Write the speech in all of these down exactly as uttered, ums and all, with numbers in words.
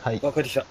はい。 あ、帰ってきた。あ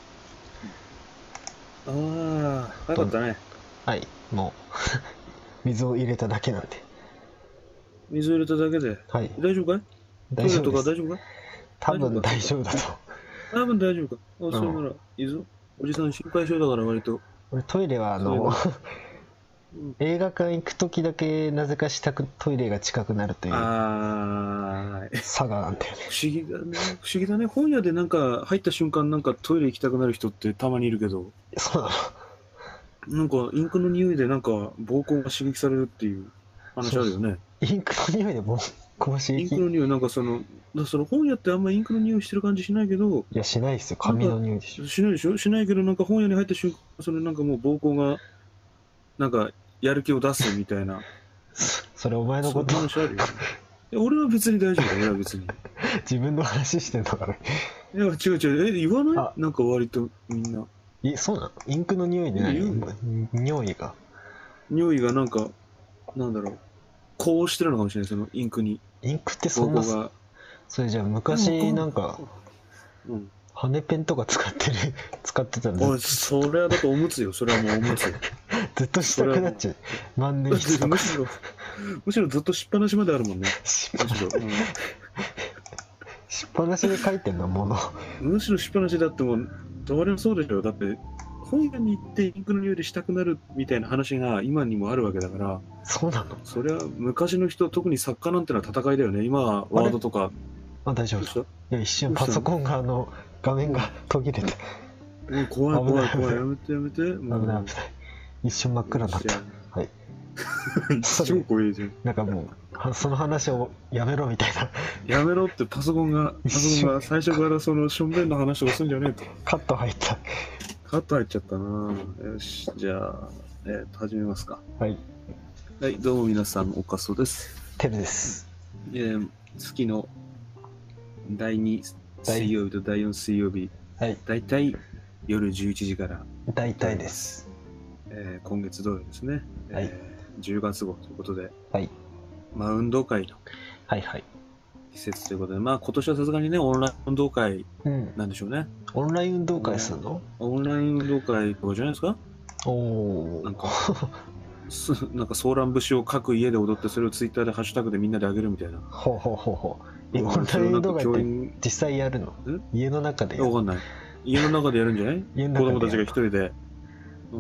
あ、早かったね。 はい。もう水を入れただけなんで。 水入れただけで。 はい。 大丈夫かい？トイレと大丈夫です。 か大丈夫かい？ 多大丈夫か？ 分大丈夫だと。 多分大丈夫か。あ、 うん。 それならいいぞ。おじさん心配性だから割と。 俺トイレはあのそういうの。うん、 映画館行く時だけなぜかしたくトイレが近くなるというあー、 差がなんだよね。 不思議だね。不思議だね。本屋でなんか入った瞬間なんかトイレ行きたくなる人ってたまにいるけど、 そうなの。 なんかインクの匂いでなんか膀胱が刺激されるっていう話そうそう。 あるよね。 インクの匂いでもうこう刺激。 インクの匂い、なんかその、だその本屋ってあんまインクの匂いしてる感じしないけど、 いや、しないっすよ。 なんか紙の匂いでしょ。 しないでしょ？しないけど、なんか本屋に入った瞬間、そのなんかもう膀胱が、なんかやる気を出すみたいな、 それお前のそういうこと話あるよね。いや俺は別に大丈夫だよ、俺は別に。い自分の話してんのかな。 や、違う違う、え、言わない？ あ、 なんか割とみんな。 え、そうなの？インクの匂いでえ、言うよ。 何？匂いが。 匂いがなんか、なんだろう、こうしてるのかもしれない、そのインクに。 インクってそんな、 膀胱が。 それじゃあえ、わかんない。 昔なんかうん。 羽ペンとか使ってる使ってたんでおい、それはだとおむつよ。それはもうおむつよ。 ずっとしたくなっちゃう。万年筆とかむしろ、むしろずっとしっぱなしまであるもんね。 しむしろ、うん、 しっぱなしで書いてんのもの。 むしろしっぱなしだってもう、どれもそうでしょ。だって、本屋に行ってインクの匂いでしたくなるみたいな話が今にもあるわけだから、 そうなの？ それは昔の人、特に作家なんてのは戦いだよね。今はワードとか。 あ、大丈夫だ。いや、一瞬パソコンがあの画面が途切れて、 うん、怖い怖い怖い。やめてやめて。 危ない危ない。一瞬真っ暗になった。はい。 超怖いじゃん。 なんかもうその話をやめろみたいな。 やめろってパソコンが、パソコンが最初からそのしょんべんの話をするんじゃねえと。 カット入った。 カット入っちゃったな。よし、じゃあ、えー、と始めますか。 はい。 はい、どうも皆さん、おかそです。 テルです。 えー、月のだいに水曜日とだいよん水曜日、 はい、 だいたい夜じゅういちじから、 だいたいです。 えー、今月土曜日ですね、 はい、 えー、じゅうがつ号ということで、 はい、 まあ、運動会のはいはい季節ということで、まあ今年はさすがにね、オンライン運動会なんでしょうね。 うん、オンライン運動会するの？ オンライン運動会とかじゃないですか？ おお。 なんか、なんかソーラン節を各家で踊って、それをツイッターでハッシュタグでみんなであげるみたいな。 ほうほうほうほう。え、オンライン運動会って実際やるの？家の中でやる？ わかんない。家の中でやるんじゃない？子供たちが一人で、うん、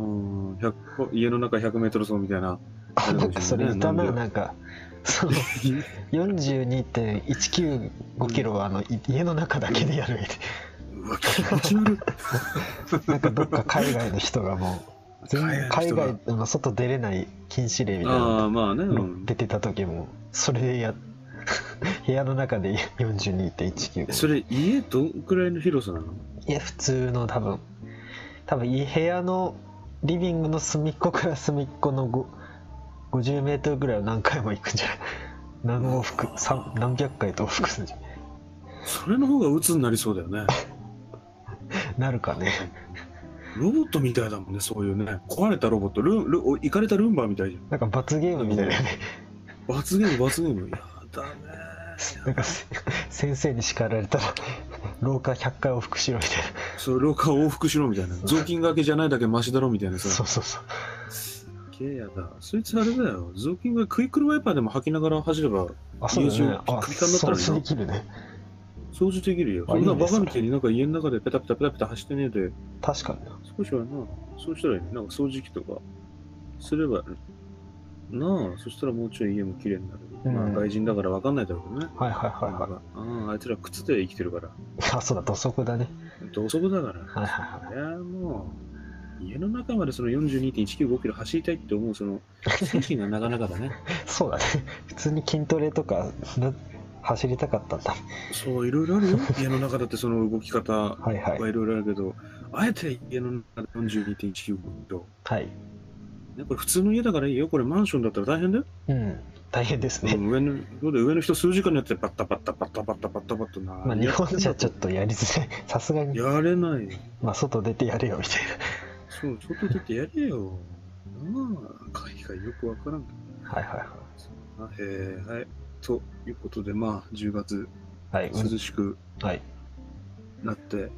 家の中ひゃくメートル走みたいな。 あ、なんかそれいたな、なんか、その よんじゅうにてんいちきゅうごキロはあの家の中だけでやるみたいな。 うわ、気持ち悪い。 なんかどっか海外の人がもう、海外の外出れない禁止令みたいなの出てた時も、それでや部屋の中で よんじゅうにてんいちきゅうご。 それ家どんくらいの広さなの？ いや、普通の多分、多分部屋のリビングの隅っこから隅っこのごじゅうメートルぐらいを何回も行くんじゃない？何往復、何百回と往復するんじゃない？ それの方が鬱になりそうだよね。 なるかね。 ロボットみたいだもんね、そういうね。壊れたロボット、ルルイカれたルンバみたいじゃん。 なんか罰ゲームみたいなね。 罰ゲーム、罰ゲーム。やだね。 なんか先生に叱られたら廊下ひゃっかい往復しろみたいな。 そう、廊下往復しろみたいな。雑巾がけじゃないだけマシだろみたいなさ。 そうそうそう。 すっげえやだ。そいつあれだよ。雑巾がクイックルワイパーでも吐きながら走れば、 あ、そうだね。あ、 掃除できるね。 掃除できるよ。そんなバカみたいになんか家の中でペタペタペタペタ走ってねえで。 確かに。 少しはな、そうしたらいいね。なんか掃除機とかすれば、なあ、そしたらもうちょい家も綺麗になる。うん、まあ外人だから分かんないだろうけどね。 はいはいはいはい。 ああ、あいつら靴で生きてるから。 あ、そうだ、土足だね。 土足だから。 はいはいはい。 いや、もう、家の中までその よんじゅうにてんいちきゅうごキロ走りたいって思う、その、精神がなかなかだね。 そうだね。普通に筋トレとか、走りたかったんだ。 そう、いろいろあるよ。家の中だってその動き方はいろいろあるけど、はいはい、あえて家の中で よんじゅうにてんいちきゅうごキロ。はい。ね、これ普通の家だからいいよ。これマンションだったら大変だよ。 うん。大変ですね。 上の上の人数時間にやってパッタパッタパッタパッタパッタパッタな。 まあ日本じゃちょっとやりづらい。さすがに。 やれない。 まあ外出てやれよみたいな。 そう、外出てやれよ。なあ、海外よくわからんけど。はいはいはい。 えー、はい。ということで、まあじゅうがつ、 はい、 涼しくなって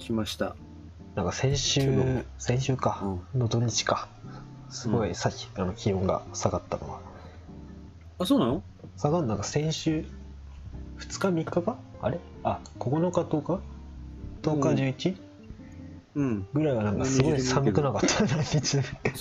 来ました。 なんか先週先週か、うん、の土日かすごいさっき、うん、あの気温が下がったのは。 あ、そうなの？ 下がるなんか先週ふつかみっかかあれあここのかとおかとおかじゅういち、うん、ぐらいはなんかすごい寒くなかった何日で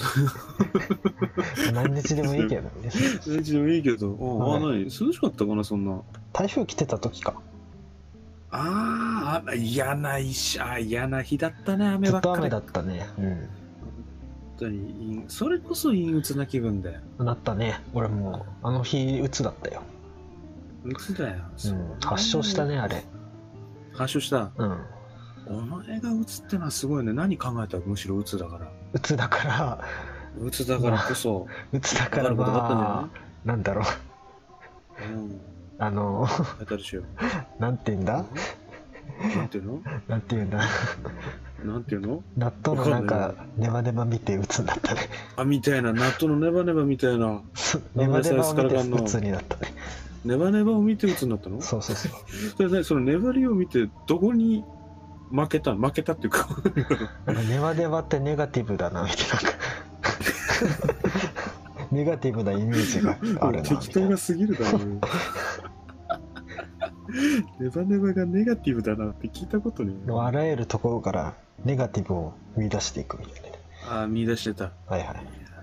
何日でもいいけどね何日でもいいけどあ、はい、あ何涼しかったかなそんな台風来てた時かああ嫌な日あ嫌な日だったね雨ばっかりずっと雨だったねうん本当にそれこそ陰鬱な気分でなったね俺もあの日鬱だったよ鬱だよ、 うん、発症したねあれ発症したうんお前が鬱ってのはすごいね何考えたらむしろ鬱だから鬱だから鬱だからこそ鬱だからまあなんだろう、うん、あのなんて言うんだなんていうのなんて言うんだなんていうの納豆のなんかネバネバ見て鬱になったねあみたいな納豆のネバネバみたいなネバネバを見て鬱になったねネバネバを見て鬱になったのそうそうそうそれねそのネバリを見てどこに負けた負けたっていうかなんかネバネバってネガティブだなみたいなネガティブなイメージがあるな適当が過ぎるだろうネバネバがネガティブだなって聞いたことねあらゆるところからネガティブを見出していくみたいなねああ見出してたはいはい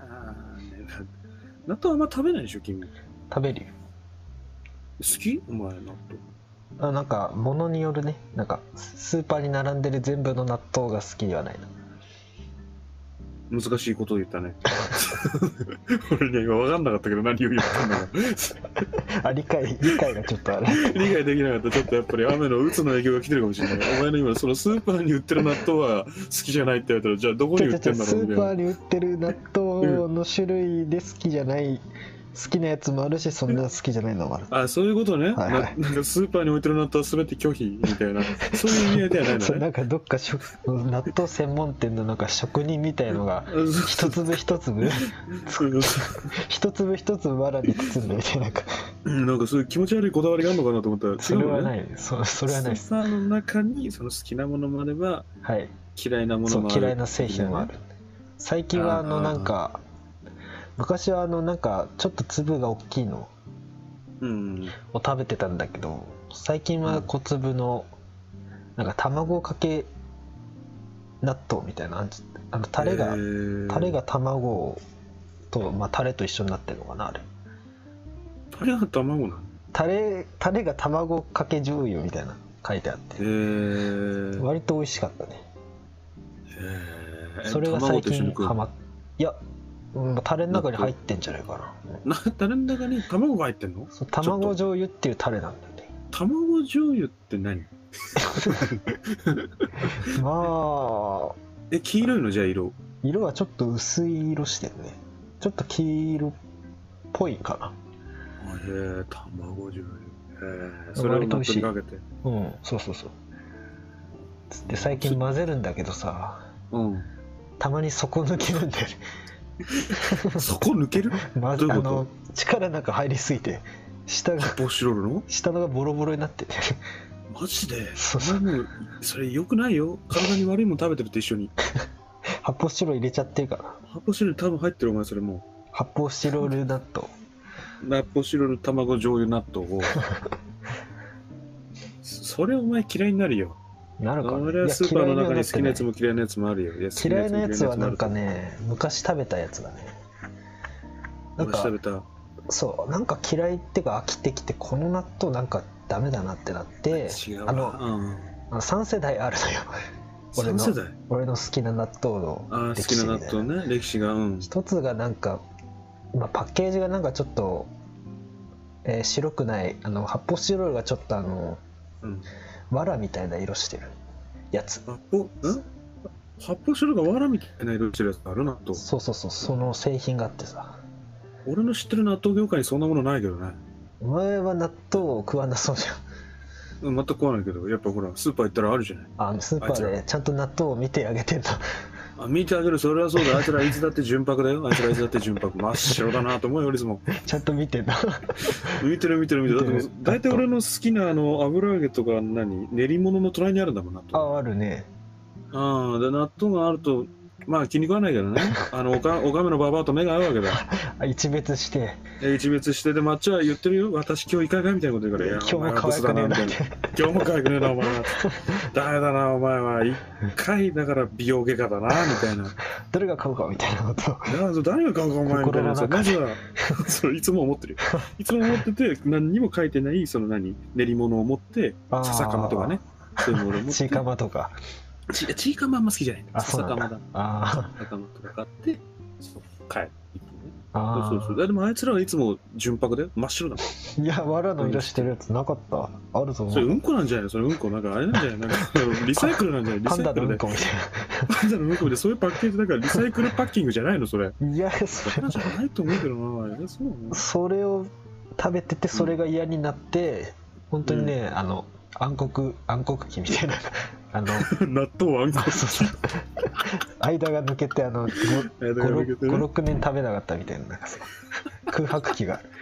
納豆あんま食べないでしょ君食べるよ好きお前納豆あなんか物によるねなんかスーパーに並んでる全部の納豆が好きではないな難しいことを言ったね俺には今分かんなかったけど何を言ったんだろうあ理解理解がちょっとあれ理解できなかったちょっとやっぱり雨の鬱の影響が来てるかもしれないお前の今そのスーパーに売ってる納豆は好きじゃないって言われたらじゃあどこに売ってるんだろうみたいなスーパーに売ってる納豆の種類で好きじゃない好きなやつもあるしそんな好きじゃないのもあるあそういうことね、はいはい、な, なんかスーパーに置いてる納豆は全て拒否みたいなそういう意味合いではないのねそうなんかどっか納豆専門店のなんか職人みたいのが一粒一粒一粒一粒わらび包んでみたいななんか、 うん、なんかそういう気持ち悪いこだわりがあるのかなと思ったら、 それはない、ね、そ, それはないスーパーの中にその好きなものもあれば、 はい、 嫌いなものもある嫌いな製品もある最近はあのなんか昔はあのなんかちょっと粒が大きいのを食べてたんだけど最近は小粒のなんか卵かけ納豆みたいなあのタレがタレが卵とまあタレと一緒になってるのかなあれタレが卵なのタレタレが卵かけ醤油みたいな書いてあって割と美味しかったねそれが最近ハマっいやうん、タレの中に入ってんじゃないかな。なタレの中に卵が入ってんの？ そう卵醤油っていうタレなんだよね。 卵醤油って何？ まあえ黄色いのじゃあ色？ 色はちょっと薄い色してるね。ちょっと黄色っぽいかな。 へえ卵醤油。へえそれを納豆にかけて。 うん、そうそうそう。で最近混ぜるんだけどさ、うん、たまに底抜けるんだよね。 底抜ける？ まずあの力なんか入りすぎて下が発泡スチロールの下のがボロボロになっててマジで？そうそうもうそれ良くないよ体に悪いもん食べてると一緒に発泡スチロール入れちゃってるから発泡スチロール多分入ってるお前それもう発泡スチロール納豆発泡スチロール卵醤油納豆をそれお前嫌いになるよなるかね、 俺はスーパーの中に好きなやつも嫌いなやつもあるよ。いや嫌いなやつはなんかね昔食べたやつだねなんか昔食べたそうなんか嫌いってか飽きてきてこの納豆なんかダメだなってなって違うあの、うん、あのさん世代あるのよ俺のさん世代俺の好きな納豆の歴史みたいなあ好きな納豆ね歴史がうん一つがなんか、まあ、パッケージがなんかちょっと、えー、白くないあの発泡スチロールがちょっとあの、うん藁みたいな色してるやつ発泡ん発泡スチロールが藁みたいな色してるやつある納豆そうそうそうその製品があってさ俺の知ってる納豆業界にそんなものないけどねお前は納豆を食わなそうじゃん全く食わないけどやっぱほらスーパー行ったらあるじゃないあスーパーでちゃんと納豆を見てあげてんだあ見てあげるそれはそうだあいつらいつだって純白だよあいつらいつだって純白真っ白だなと思うよいつもちゃんと見てんだ見てる見てる見てるだって大体俺の好きなあの油揚げとか何練り物の隣にあるんだもんなああるねああ、で、納豆があると、まあ気に食わないけどね。あの、おか、おかめのババアと目が合うわけだ。 一別して。 一別して、で、抹茶は言ってるよ。私今日いかがみたいなこと言うから、いや、 今日も可愛くねえな。 今日も可愛くねえな、お前は。ダメだな、お前は。一回、だから美容外科だな、みたいな。 誰が買うかみたいなこと。 誰が買うか、お前みたいなさ。まずは、それいつも思ってるよ。いつも思ってて、何にも書いてない、その何、練り物を持って、笹かまとかね。そういうものを持って。 チーカマとか。 チーカマあんま好きじゃないんだ。笹かまだ。 ああ。笹かまとか買って、そう、帰る。あそうそうそう。でもあいつらはいつも純白で真っ白だもん。いや、藁の色してるやつなかった。あるぞ。 それうんこなんじゃないのそれうんこ。なんかあれなんじゃないなんかリサイクルなんじゃないリサイクルで。パンダのうんこみたいな。パンダのうんこでそういうパッケージだからリサイクルパッキングじゃないのそれ。 いや、それじゃないと思うけどな。いやそうなのそれを食べててそれが嫌になって、うん、本当にね、うん、あの、暗黒、暗黒期みたいな。あの納豆暗黒期間が抜けてあのごろくねん食べなかったみたいな、なんかさ空白期がある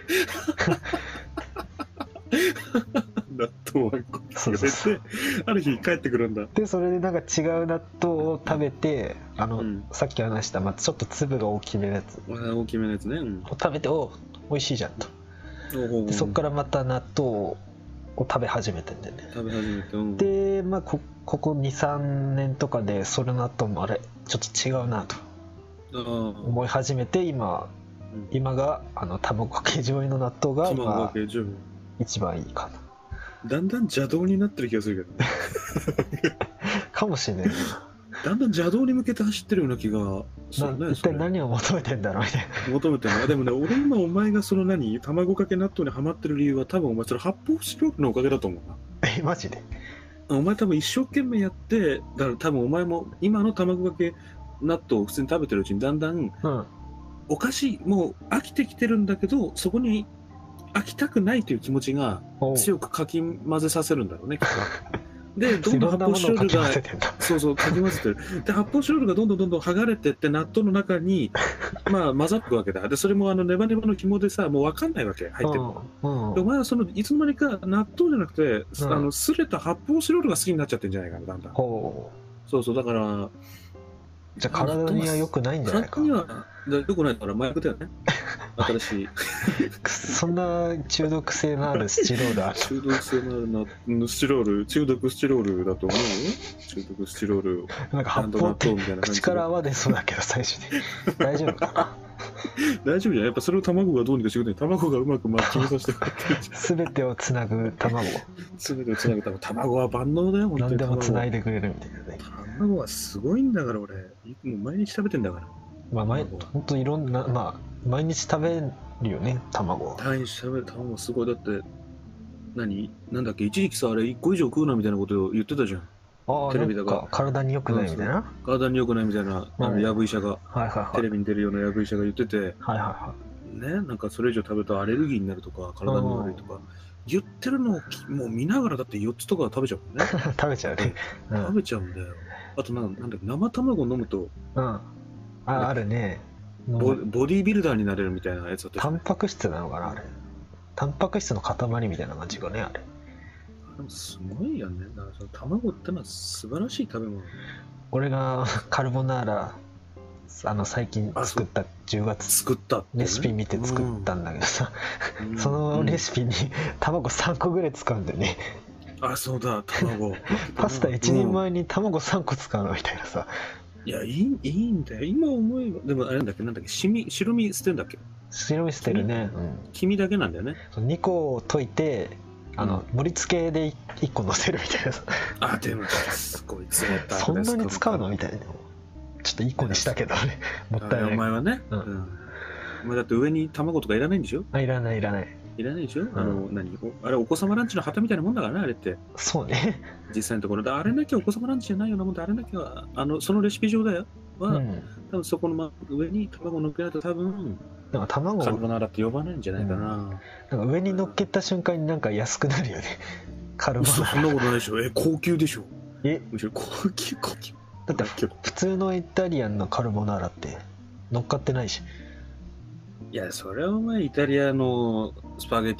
納豆暗黒期そうそうそうある日帰ってくるんだ。 でそれでなんか違う納豆を食べてあの、うん、さっき話した、まあ、ちょっと粒が大きめのやつ大きめのやつね、うん、 を食べてお美味しいじゃんとでそっからまた納豆を食べ始めてんだよね。 食べ始めて、うん、 で、まあ、こ, ここにさんねんとかでそれの後もあれちょっと違うなと思い始めて今、うん、今があの卵かけ醤油の納豆が、まあ、一番いいかな。 だんだん邪道になってる気がするけどねかもしれないな。 だんだん邪道に向けて走ってるような気がするね。 一体何を求めてんだろうみたいな。 求めてるのでもね、俺今お前がその何卵かけ納豆にハマってる理由は多分お前それ発泡スチロールのおかげだと思うな。 えマジで？ お前多分一生懸命やってだから多分お前も今の卵かけ納豆を普通に食べてるうちにだんだん、うん、おかしいもう飽きてきてるんだけどそこに飽きたくないという気持ちが強くかき混ぜさせるんだろうねきっと。で、どんどん発泡スチロールが、そうそう、かき混ぜてる。で、発泡スチロールがどんどんどんどん剥がれてって、納豆の中に、まあ、混ざってくわけだ。で、それもあの、ネバネバの紐でさ、もう分かんないわけ、入ってるの。うんうん、で、お前はその、いつの間にか納豆じゃなくて、うん、あの、すれた発泡スチロールが好きになっちゃってんじゃないかな、だんだん。そうそう、だから、 じゃあ体には良くないんじゃないか。 体には良くないから麻薬だよね。新しい。 そんな中毒性のあるスチロールある中毒性のあるなスチロール、中毒スチロールだと思うよ。中毒スチロール。 なんか発泡って口から泡出そうだけど最初に。大丈夫かな大丈夫じゃん。やっぱそれを卵がどうにかしてくれない。卵がうまくマッチングさせてくれてる。 すべてをつなぐ卵。 すべてをつなぐ卵。卵は万能だよ、本当に。 何でもつないでくれるみたいなね。 卵はすごいんだから俺。もう毎日食べてんだから。 まあ毎本当いろんなまあ毎日食べるよね卵は。 毎日食べる卵すごいだって何なんだっけ一時期さあれいっこ以上食うなみたいなことを言ってたじゃん。 ああテレビだから体に良くないみたいな。 体に良くないみたいなあのヤブ医者が、はいはいはい、テレビに出るようなヤブ医者が言ってて、はいはいはい。ねなんかそれ以上食べるとアレルギーになるとか体に悪いとか言ってるのをもう見ながらだってよっつとか食べちゃうもんね。 食べちゃうね。 うん、食べちゃうんだよ。あとなんなんだっけ生卵飲むと。 うん。あ, あるねボ。ボディービルダーになれるみたいなやつだった。 タンパク質なのかなあれ。タンパク質の塊みたいな感じがねあれ。 でもすごいよね。だからその卵ってのは素晴らしい食べ物。 俺がカルボナーラあの最近作ったじゅうがつ作った、ね、 レシピ見て作ったんだけどさ、うん、そのレシピに卵さんこぐらい使うんだよね。 あそうだ卵。 パスタいちにんまえに卵さんこ使うのみたいなさ。 いやいいいいんだよ今思えば。でもあれなんだっけなんだっけ白身白身捨てんだっけ。 白身捨てるね。 うん、黄身だけなんだよね。 にこを溶いてあの、うん、盛り付けでいっこ乗せるみたいなさ。 あでもすごい冷たい。 そんなに使うのみたいな。ちょっといっこにしたけどね。もったいない。 お前はね。うん。うん、お前だって上に卵とかいらないんでしょ。 あいらないいらない。 いらないでしょ、うん、あの何あれお子様ランチの旗みたいなもんだからねあれって。 そうね実際のところであれなきゃお子様ランチじゃないようなもんであれなきゃあのそのレシピ上だよは、うん、多分そこの上に卵を乗っけないと多分なんか卵カルボナーラって呼ばないんじゃないかな、うん、 なんか上に乗っけた瞬間になんか安くなるよねカルボナーラ。 そんなことないでしょ。え高級でしょ。 えむしろ高級高級だって普通のイタリアンのカルボナーラって乗っかってないし。 いやそれはお前イタリアのスパゲティだから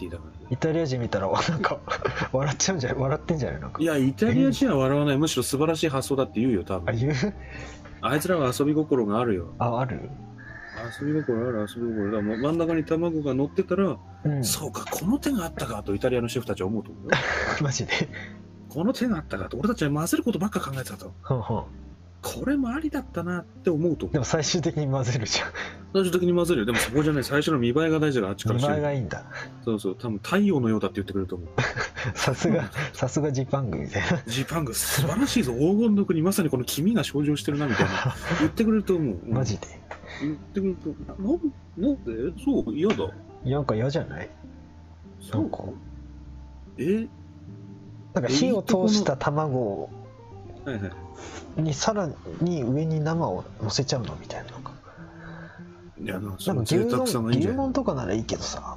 イタリア人見たらなんか笑っちゃうんじゃない？笑ってんじゃないなんか。 いや、イタリア人は笑わない。むしろ素晴らしい発想だって言うよ、多あ、 分。 言う？ あいつらは遊び心があるよ。 あ、ある？ 遊び心ある、遊び心。だからもう真ん中に卵が乗ってたら、 うん。 そうか、この手があったかとイタリアのシェフたちは思うと思うよ。 マジで。 この手があったかと、俺たちは混ぜることばっか考えてたと。 はんはん。 これもありだったなって思うと思う。 でも最終的に混ぜるじゃん。 最終的に混ぜるよ。でもそこじゃない、最初の見栄えが大事だから、あっちから見して栄えがいいんだ。 そうそう、多分太陽のようだって言ってくれると思う。 さすが、さすがジパングみたいな。 ジパング素晴らしいぞ、黄金の国、まさにこの黄身が象徴してるなみたいな。言ってくれると思う。うんマジで。 言ってくれると、な、なんでそう、嫌だ。 なんか嫌じゃない？ そうなんかえなんか火を通した卵はいはい。 にさらに上に生を乗せちゃうのみたいな。なんかいや、なんかなんそのか牛贅沢さ丼、牛がいいんじゃない丼とかならいいけどさ。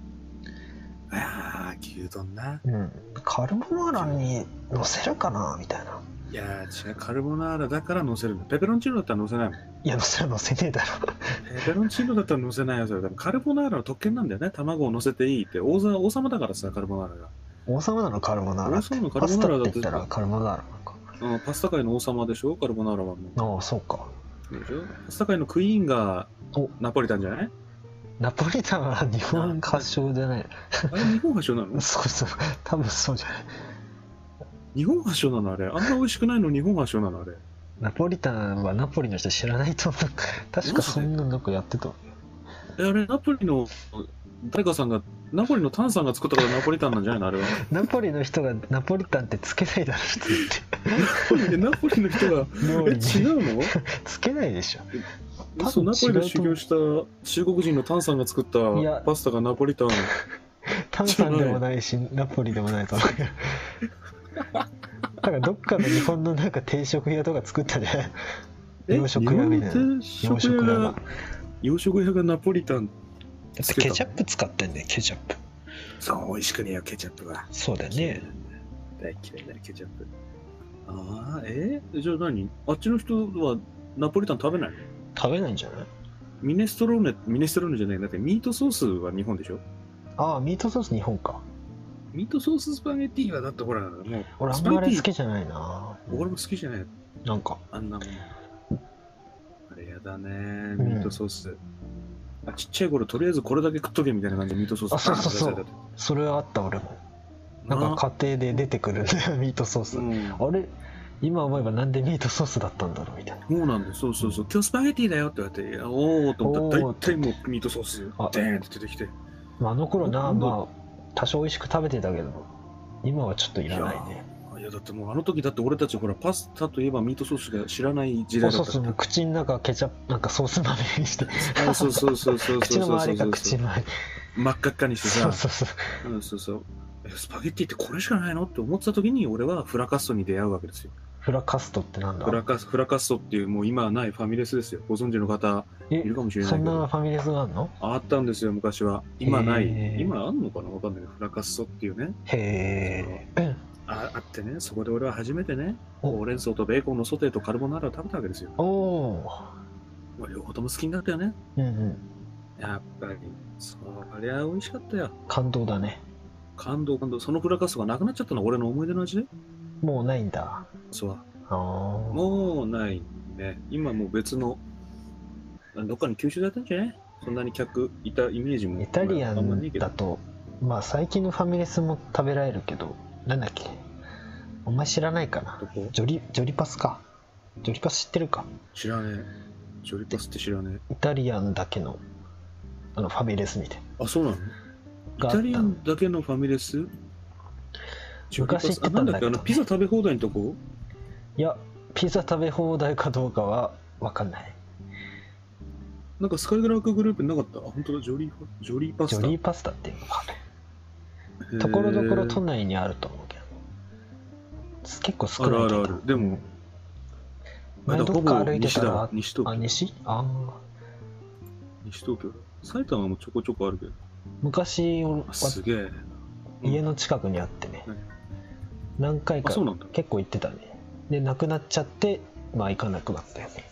ああ、牛丼な。 うん。カルボナーラに乗せるかなみたいな。 いやー、違う、カルボナーラだから乗せるんだ。ペペロンチーノだったら乗せないもん。 いや、乗せる乗せねえだろ。 ペペロンチーノだったら乗せないよ、それ。でもカルボナーラの特権なんだよね。卵を乗せていいって。王様王様だからさ、カルボナーラが。 王様なのカルボナーラって。 王様のカルボナーラだってパスタって言ったらカルボナーラなんか。 うん、パスタ界の王様でしょ、カルボナーラはもう。 ああ、そうか。 でしょパスタ界のクイーンがおナポリタンじゃないナポリタンは日本発祥じゃない。 あれ日本発祥なのそうそう。多分そうじゃない。 日本発祥なのあれ。あんな美味しくないの日本発祥なのあれ。 ナポリタンはナポリの人知らないと思う。確かそんななんかやってた。 え、あれ、ナポリの誰かさんが、ナポリのタンさんが作ったからナポリタンなんじゃないのあれは。 ナポリの人がナポリタンってつけないだろって言って。 ナポリでナポリの人が、 料理にえ、違うのつけないでしょ。多分そう、ナポリで修行した中国人のタンさんが作ったいやパスタがナポリタン。 タンさんでもないし、ナポリでもないと思うけど。だからどっかの日本のなんか定食屋とか作ったじゃない？ え洋食屋みたいな。 日本の定食屋が洋食屋がナポリタン。 だってケチャップ使ってんね、ケチャップ。 そう、美味しくねえよ、ケチャップは。 そうだよね。 大嫌いだよ、ケチャップ。ああ、えー、じゃあ何あっちの人はナポリタン食べないの？ 食べないんじゃない？ ミネストローネ、ミネストローネじゃない、だってミートソースは日本でしょ？ ああ、ミートソース日本か。 ミートソーススパゲティはだってほら、もう、 俺あんまり好きじゃないな。 俺も好きじゃない。 なんか。 あんなもん。あれやだね、ミートソース。あ、ちっちゃい頃、とりあえずこれだけ食っとけみたいな感じでミートソース。 あ、そうそうそバーンってう。それはあった俺も。なんか家庭で出てくるんだよ、ミートソース。 うん、 あれ今思えばなんでミートソースだったんだろうみたいな。 そうなんだよ、そうそうそう。今日スパゲティだよって言われて、おーと思ったら、大体もうミートソース、 あデーンって出てきて。 まあ、あの頃な、 なんだまあ、多少美味しく食べてたけど、今はちょっといらないね。 いや、いやだってもうあの時だって俺たちほら、パスタといえばミートソースが知らない時代だったから。 そうそうそう、口の中ケチャップ、なんかソースまみれにして。 あ、そうそうそうそうそう口の周りか口の周り。 真っ赤っかにしてさ。 そうそうそう。 うん、そうそう。スパゲッティってこれしかないのって思ってた時に俺はフラカッソに出会うわけですよ。 フラカストってなんだ？ フラカスフラカッソっていうもう今はないファミレスですよ。ご存知の方いるかもしれないけど。 そんなファミレスがあるの？ あったんですよ昔は。今ない。 へー今あんのかなわかんないけどフラカッソっていうね。 へえ。 ああってね、そこで俺は初めてね、 おほうれん草とベーコンのソテーとカルボナーラを食べたわけですよ。 おお。 もう両方とも好きになったよね。 うんうん。 やっぱり、そりゃ美味しかったよ。 感動だね。 感動感動。そのフラカッソがなくなっちゃったのは俺の思い出の味で。 もうないんだ。 そう。 ああ。 もうないね。今もう別の、どっかに吸収されたんじゃない？そんなに客いたイメージも。 イタリアあんまねえけどンだと、まあ最近のファミレスも食べられるけど、なんだっけ？お前知らないかな？ どこ？ ジョリ、ジョリパスか。ジョリパス知ってるか？ 知らねえ。ジョリパスって知らねイタリアンだけのあのファミレスみたいえ。あ、そうなの？イがあったタリアンだけのファミレス？ジョリパス昔行ってあ、なんだっけ、 たんだけどねあのピザ食べ放題のとこ？ いや、ピザ食べ放題かどうかは分かんない。 なんかスカイグラークグループになかった？あ、本当だ、ジョリーパ、ジョリーパスタ。 ジョリーパスタっていうのかへーね。ところどころ都内にあると思うけど。結構少ないけど。 あるあるある。でも、 前どっか歩いてたら、 西だ。 あ、 西東京。 西あ西東京だ。埼玉もちょこちょこあるけど。 昔俺あ、すげえ。 家の近くにあってね、何回かあ、そうなんだ。 結構行ってたね。で、なくなっちゃって、まあ行かなくなったよね。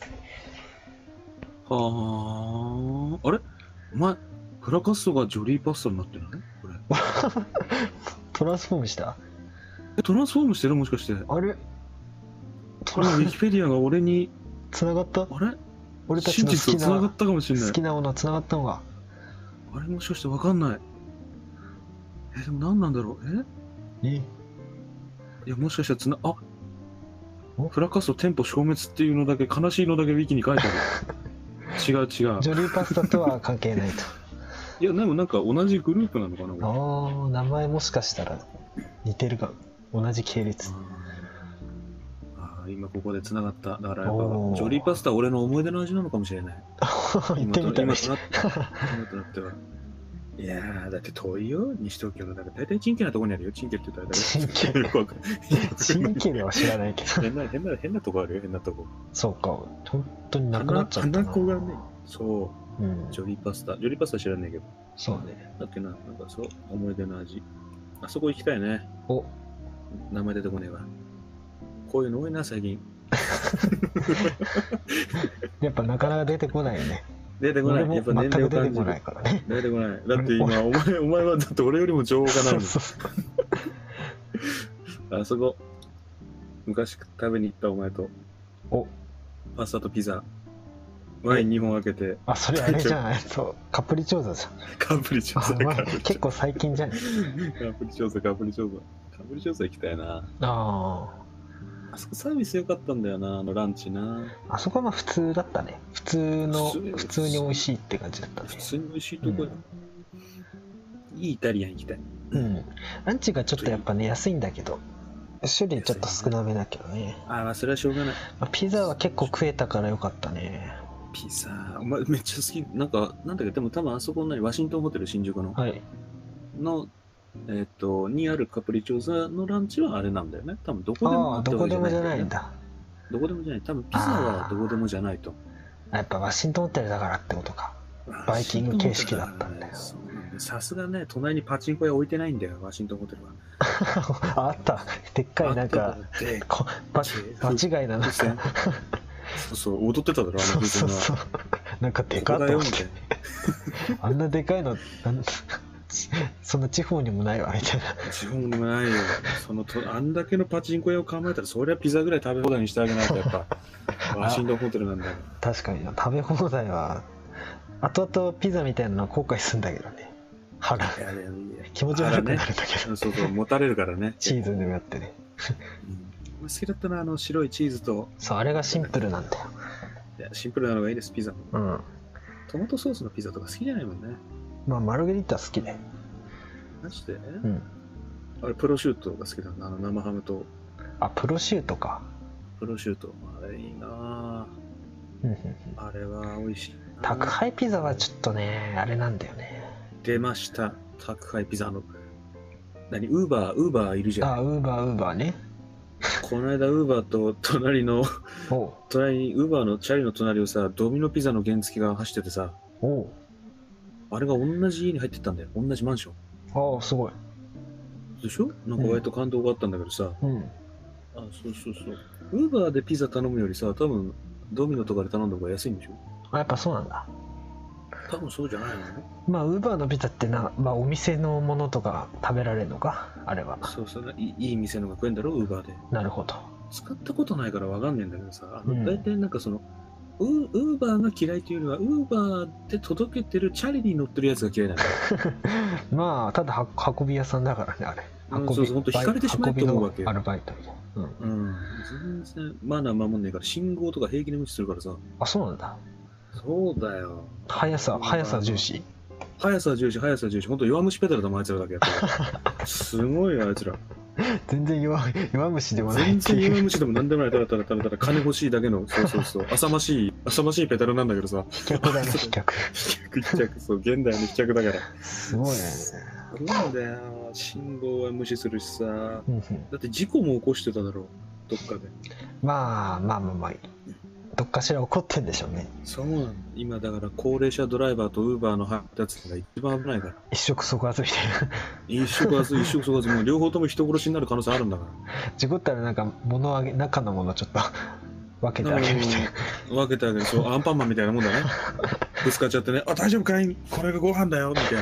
はあ。あれお前、フラカッソがジョリーパスタになってるのねこれ。 トランスフォームした？ えトランスフォームしてるもしかして。 あれトランウィキペディアが俺につながった？ あれ俺たちの好きなつながったかもしれない。 好きなものつながったのが。 あれもしかしてわかんない。えでも何なんだろう。ええいやもしかしたらつなあおフラカスト店舗消滅っていうのだけ悲しいのだけウィキに書いてある。違う違う。 ジョリーパスタとは関係ないと。 いやでもなんか同じグループなのかな。 ああ名前もしかしたら似てるか同じ系列。 ああ今ここで繋がった。だからやっぱおージョリーパスタは俺の思い出の味なのかもしれない。 行ってみたらいい。 今となって今となっては。いやーだって遠いよ西東京のだから大体チンケなとこにあるよ。チンケって言ったらチンケよくわかんないチンケでは知らないけど。 変な変な変なとこあるよ変なとこ。 そうか本当になくなっちゃったな。 花子がねそう、 うん、 ジョリーパスタジョリーパスタ知らないけど。 そうね。 だっけななんかそう思い出の味。あそこ行きたいね。 お名前出てこねえわ。こういうの多いな最近。 やっぱなかなか出てこないよね。 出てこない。やっぱ年齢を感じる。 出てこないからね。 出てこない。だって今お前お前はだって俺よりも情報がないもん。 そうそうあそこ昔食べに行ったお前と。 おパスタとピザ。ワインにほん開けて。 あそれあれじゃない。そうカプリチョーザじゃん。 カプリチョーザ。 あまあ結構最近じゃない。 カプリチョーザカプリチョーザ。カプリチョーザ行きたいな。 ああ。 あそこサービス良かったんだよな、あのランチな。 あそこはまあ普通だったね。普通の普通普通に美味しいって感じだったね。 普通に美味しいとこよ。うん、いいイタリアン行きたい。 うん。ランチがちょっとやっぱね安いんだけど、種類ちょっと少なめだけどね。 ああ、まあそれはしょうがない。 まあ、ピザは結構食えたからよかったね。 ピザ、お前めっちゃ好き。なんか、なんだっけ、でも多分あそこのワシントンホテル新宿の。 はい。 の、えっ、と、にあるカプリチョーザのランチはあれなんだよね。多分どこでもああ、どこでもじゃないんだ。 どこでもじゃない。多分ピザはどこでもじゃないと。 やっぱワシントンホテルだからってことか。バイキング形式だったんだよ。 さすがね、隣にパチンコ屋置いてないんだよ、ワシントンホテルは。 ああった。でっかいなんか、こ場違いななんか。 そうそう、踊ってただろ、あの風船は。 そうそう。なんかでかっと思って。あんなでかいの、そんな地方にもないわみたいな。 地方にもないよ。そのとあんだけのパチンコ屋を構えたら、そりゃピザぐらい食べ放題にしてあげないと、やっぱ、ワシントンホテルなんだよ。 確かに、食べ放題は、後々ピザみたいなの後悔するんだけどね。腹。気持ち悪くなるんだけど。 ね、そうそう、持たれるからね。 チーズでもやってね。 好きだったな、あの白いチーズと。 そう、あれがシンプルなんだよ。 いや、シンプルなのがいいです、ピザも。 うん。 トマトソースのピザとか好きじゃないもんね。 まあ、マルゲリータ好きね。 マジで、 うん。 あれ、プロシュートが好きだな、あの生ハムと。 あ、プロシュートか。 プロシュート。あれいいなぁ。あれは美味しい。 宅配ピザはちょっとね、あれなんだよね。 出ました、宅配ピザの。何、ウーバー、ウーバーいるじゃん。 あ、ウーバー、ウーバーね。 この間、ウーバーと隣の、隣に、ウーバーのチャリの隣をさ、ドミノピザの原付が走っててさ、 おあれが同じ家に入ってったんだよ。同じマンション。 ああ、すごい。 でしょなんか割と感動があったんだけどさ。 うん。 あ、そうそうそう。ウーバーでピザ頼むよりさ、多分、ドミノとかで頼んだ方が安いんでしょあ、やっぱそうなんだ。 多分そうじゃないの？ まあ、ウーバーのピザってな、まあ、お店のものとか食べられるのかあれは。 そうそういい、いい店のが食えんだろ、ウーバーで。 なるほど。 使ったことないからわかんねえんだけどさ、あの、 うん、 大体なんかその、ウーバーが嫌いというよりは、ウーバーで届けてるチャリに乗ってるやつが嫌いなんだよ。 まあ、ただ運び屋さんだからね、あれ。 運び、そうそう、本当引かれてしまうと思うわけよ。 アルバイトみたいな。 うん。うん。全然マナー守んねえから、信号とか平気で無視するからさ。 あ、そうなんだ。 そうだよ。 速さ、速さ重視。 速さ重視、速さ重視。ほんと弱虫ペダルだもん、あいつらだけやってる。すごいよ、あいつら。 全然弱弱虫でもない全然弱虫でもなんでもない。ただただただただ金欲しいだけの、そうそうそう。浅ましい、浅ましいペダルなんだけどさ。 飛脚だね、飛脚。 飛脚、飛脚、そう、現代の飛脚だから。 すごいね。 なんだよ、信号は無視するしさ。だって事故も起こしてただろう、どっかで。 まあまあまあまあ。どっかしら起こってんでしょうね。 そうなんだ。今だから高齢者ドライバーとウーバーの配達が一番危ないから。 一触即発みたいな。 一触発、一触即発、もう両方とも人殺しになる可能性あるんだから。 事故ったらなんか物をあげ、中のものちょっと分けてあげるみたいな。 分けてあげる、そう、アンパンマンみたいなもんだね。ぶつかっちゃってね、あ、大丈夫かいこれがご飯だよみたいな。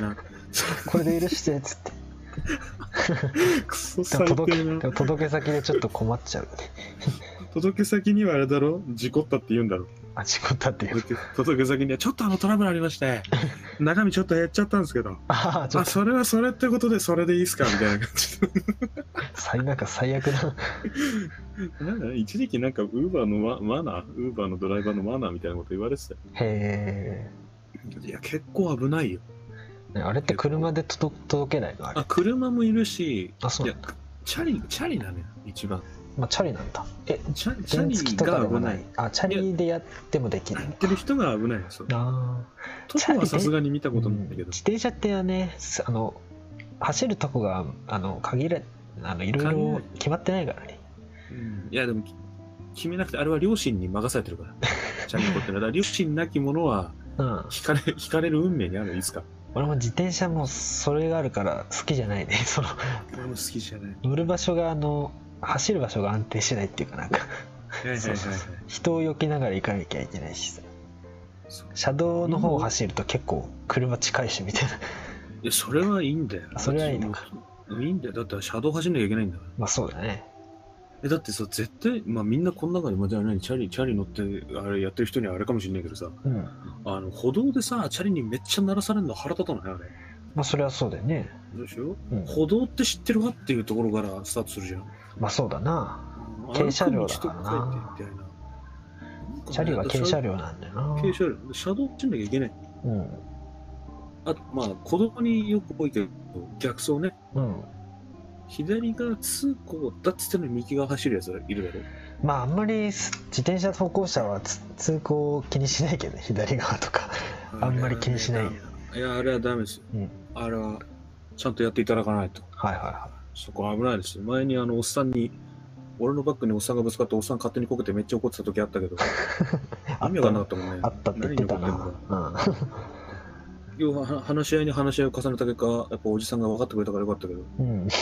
これで許してっつってクソでも最低な。 届けでも届け先でちょっと困っちゃうよね。 届け先にはあれだろ、事故ったって言うんだろ。 あ、事故ったっていう。 届け届け先にはちょっとあのトラブルありまして中身ちょっと減っちゃったんですけど、 ああ、ちょっとあ、それはそれってことでそれでいいっすかみたいな感じで最なんか最悪な。 なんだ一時期なんかウーバーのママナーウーバーのドライバーのマナーみたいなこと言われてたよ。 へいや結構危ないよ。 え。ねあれって車で届届けないのあれ。 あ、車もいるし、 あ、そういやチャリチャリなのよ一番。 まあ、チャリなんだ。え、 チャチャ原付とリかでもが危ない。。 ないあ、チャリでやってもできるや。ってる人が危ないんですよ。 あトコはさすがに見たあ、 ことないんだけど。 自転車ってね、すあの、走るとこが、あの、限らあの、いろいろ決まってないからね。 うんいやでもき決めなくて、あれは両親に任されてるから。チャリンコってのはだから両親なき者はうん。 引かれ引かれる運命にあるのいつか。 俺も自転車もそれがあるから好きじゃないね。その、 俺も好きじゃない。 乗る場所が、あの、走る場所が安定しないっていうかなんか、 はいはいはいはい。 人を避けながら行かなきゃいけないしさ。 そう車道の方を走ると結構車近いしみたいな。 いや、それはいいんだよ。 それはいいのか。 いいんだよ。だって車道走んなきゃいけないんだから。 まあそうだね。 え、だってさ、絶対、まあみんなこの中で、まあじゃあ何、チャリ、チャリ乗って、あれやってる人にはあれかもしれないけどさ、 うん。 あの、歩道でさ、チャリにめっちゃ鳴らされるの腹立たないあれ。 まあそれはそうだよね。 どうしよう、 うん歩道って知ってるわっていうところからスタートするじゃん。 まあそうだな。 うん軽車両だからな。 歩く道とか書いてみたいな。 チャリは軽車両。 両なんだよな。 軽車両。車道走んなきゃいけない。 うん。 あと、まあ、子供によく多いけど、逆走ね。 うん。 左が通行だっつってのに右側走るやついるだろ。 まああんまり自転車走行者はつ通行を気にしないけどね、左側とか。あんまり気にしないよ。 いや、あれはダメですよ。 うん。 あれは、ちゃんとやっていただかないと。 はいはいはそこは危ないですよ。前にあの、おっさんに、俺のバッグにおっさんがぶつかって、おっさん勝手にこけてめっちゃ怒ってた時あったけど、 あ意味がなかったもんね。 あったって言ってた何に怒ってんのな。 か要はは話し合いに話し合いを重ねた結果、やっぱおじさんが分かってくれたからよかったけど、 うん。うん。 うん、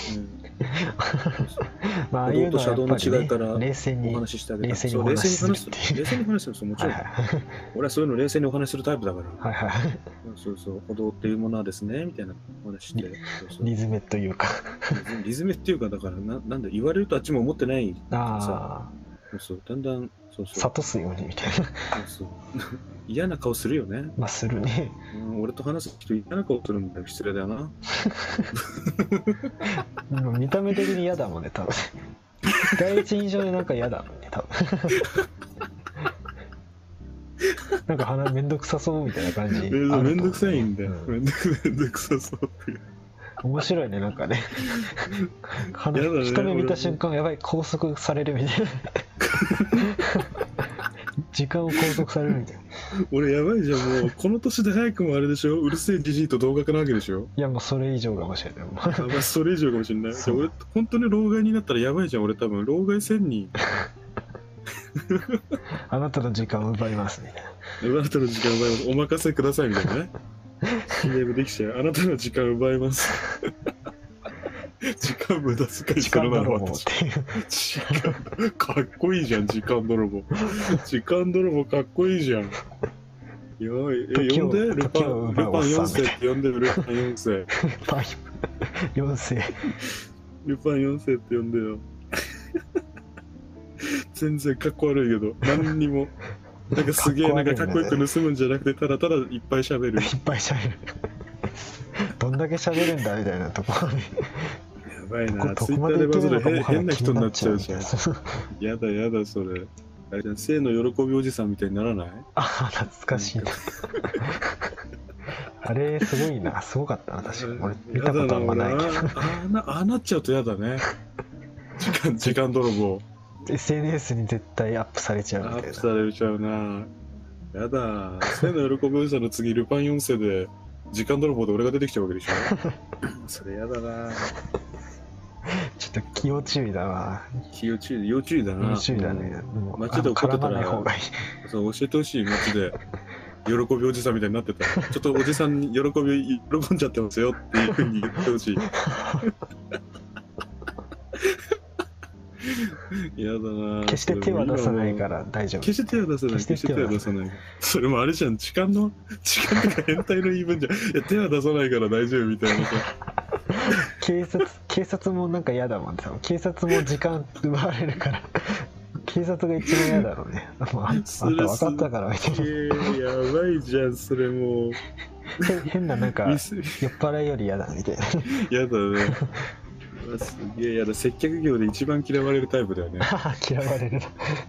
まあああいうのはやっぱり、 歩道と車道の違いからね、冷静に。 お話ししてあげた。 冷静にそうお話しする冷静に話すっていう。 冷静に話すんですよ、もちろん。 はいはい俺はそういうの冷静にお話しするタイプだから。 はいはい。 そうそう、歩道っていうものはですね、みたいなお話して。そうそうリズメというか。 リズムっていうか、だからな、なんだ、言われるとあっちも思ってない。 あそうそう、だんだん、そうあ、 そう。 諭すようにみたいな。 そうそう嫌な顔するよね。 まあするね。 うん、俺と話す人嫌な顔するんだよ。失礼だよな。 でも見た目的に嫌だもんね、多分。第一印象でなんか嫌だもんね、多分。なんか鼻めんどくさそうみたいな感じ。 めんどくさいんだよ。 うんめんどくめんどくさそうっていう。 面白いね、なんかね。鼻やだね一目見た瞬間、やばい、拘束されるみたいな。時間を拘束されるみたいな。 俺やばいじゃん、もう。この年で早くもあれでしょ、うるせえじじいと同学なわけでしょ。 いや、もうそれ以上かもしれない。もうやばい、それ以上かもしれない。じゃあ俺、本当に老害になったらやばいじゃん、俺多分。老害せんにん。 あなたの時間を奪いますみたいな。 あなたの時間奪います。お任せくださいみたいなね。シーエム できちゃう。あなたの時間奪います。時間無駄遣い時間するなら泥棒っ私。 ていう。 時間かっこいいじゃん、時間泥棒。時間泥棒かっこいいじゃん。よい、え、 時を呼んで、ルパ時をン、 奪うおっルパンさんよん世って呼んで、ルパンよん世。 パイよん世。 ルパンよん世って呼んでよ。全然かっこ悪いけど、何にも。なんかすげえ、なんかかっこよく盗むんじゃなくて、ただただいっぱい喋る。 いっぱい喋る。どんだけ喋るんだみたいなところに。 やばいな、 どツイッタこまでいけーでバズるるのかもはや変変な人になっちゃうじゃん。 気になっちゃうみやだやだ、それ。あれじゃん、生の喜びおじさんみたいにならない？ あ、懐かしいな。あれ、すごいな。すごかったな、確かに。俺、見たことあんまないけど。 やだな、俺ああな、ああなっちゃうとやだね。時間、時間泥棒。 エスエヌエス に絶対アップされちゃうみたいな。 アップされちゃうな。やだ。生の喜びおじさんの次、ルパンよん世で、時間泥棒で俺が出てきちゃうわけでしょ。それやだな。 ちょっと要注意だな。 要注意、要注意だな。 要注意だね。もう街で怒ってたら絡まない方がいい。 そう、教えてほしい、街で。喜びおじさんみたいになってたら、ちょっとおじさんに喜び、喜んじゃってますよっていうふうに言ってほしい。 やだな。 決して手は出さないから大丈夫。 決して手は出さない。決して手は出さない。それもあれじゃん、痴漢の、痴漢とか変態の言い分じゃん。いや、手は出さないから大丈夫みたいなさ。 警察、警察もなんか嫌だもんね。警察も時間奪われるから。警察が一番嫌だろうね。あんた分かったからみたいな。 やばいじゃん、それもう。 変ななんか酔っ払いより嫌だみたいな。 嫌だね。すげえやだ。接客業で一番嫌われるタイプだよね。 嫌われる。や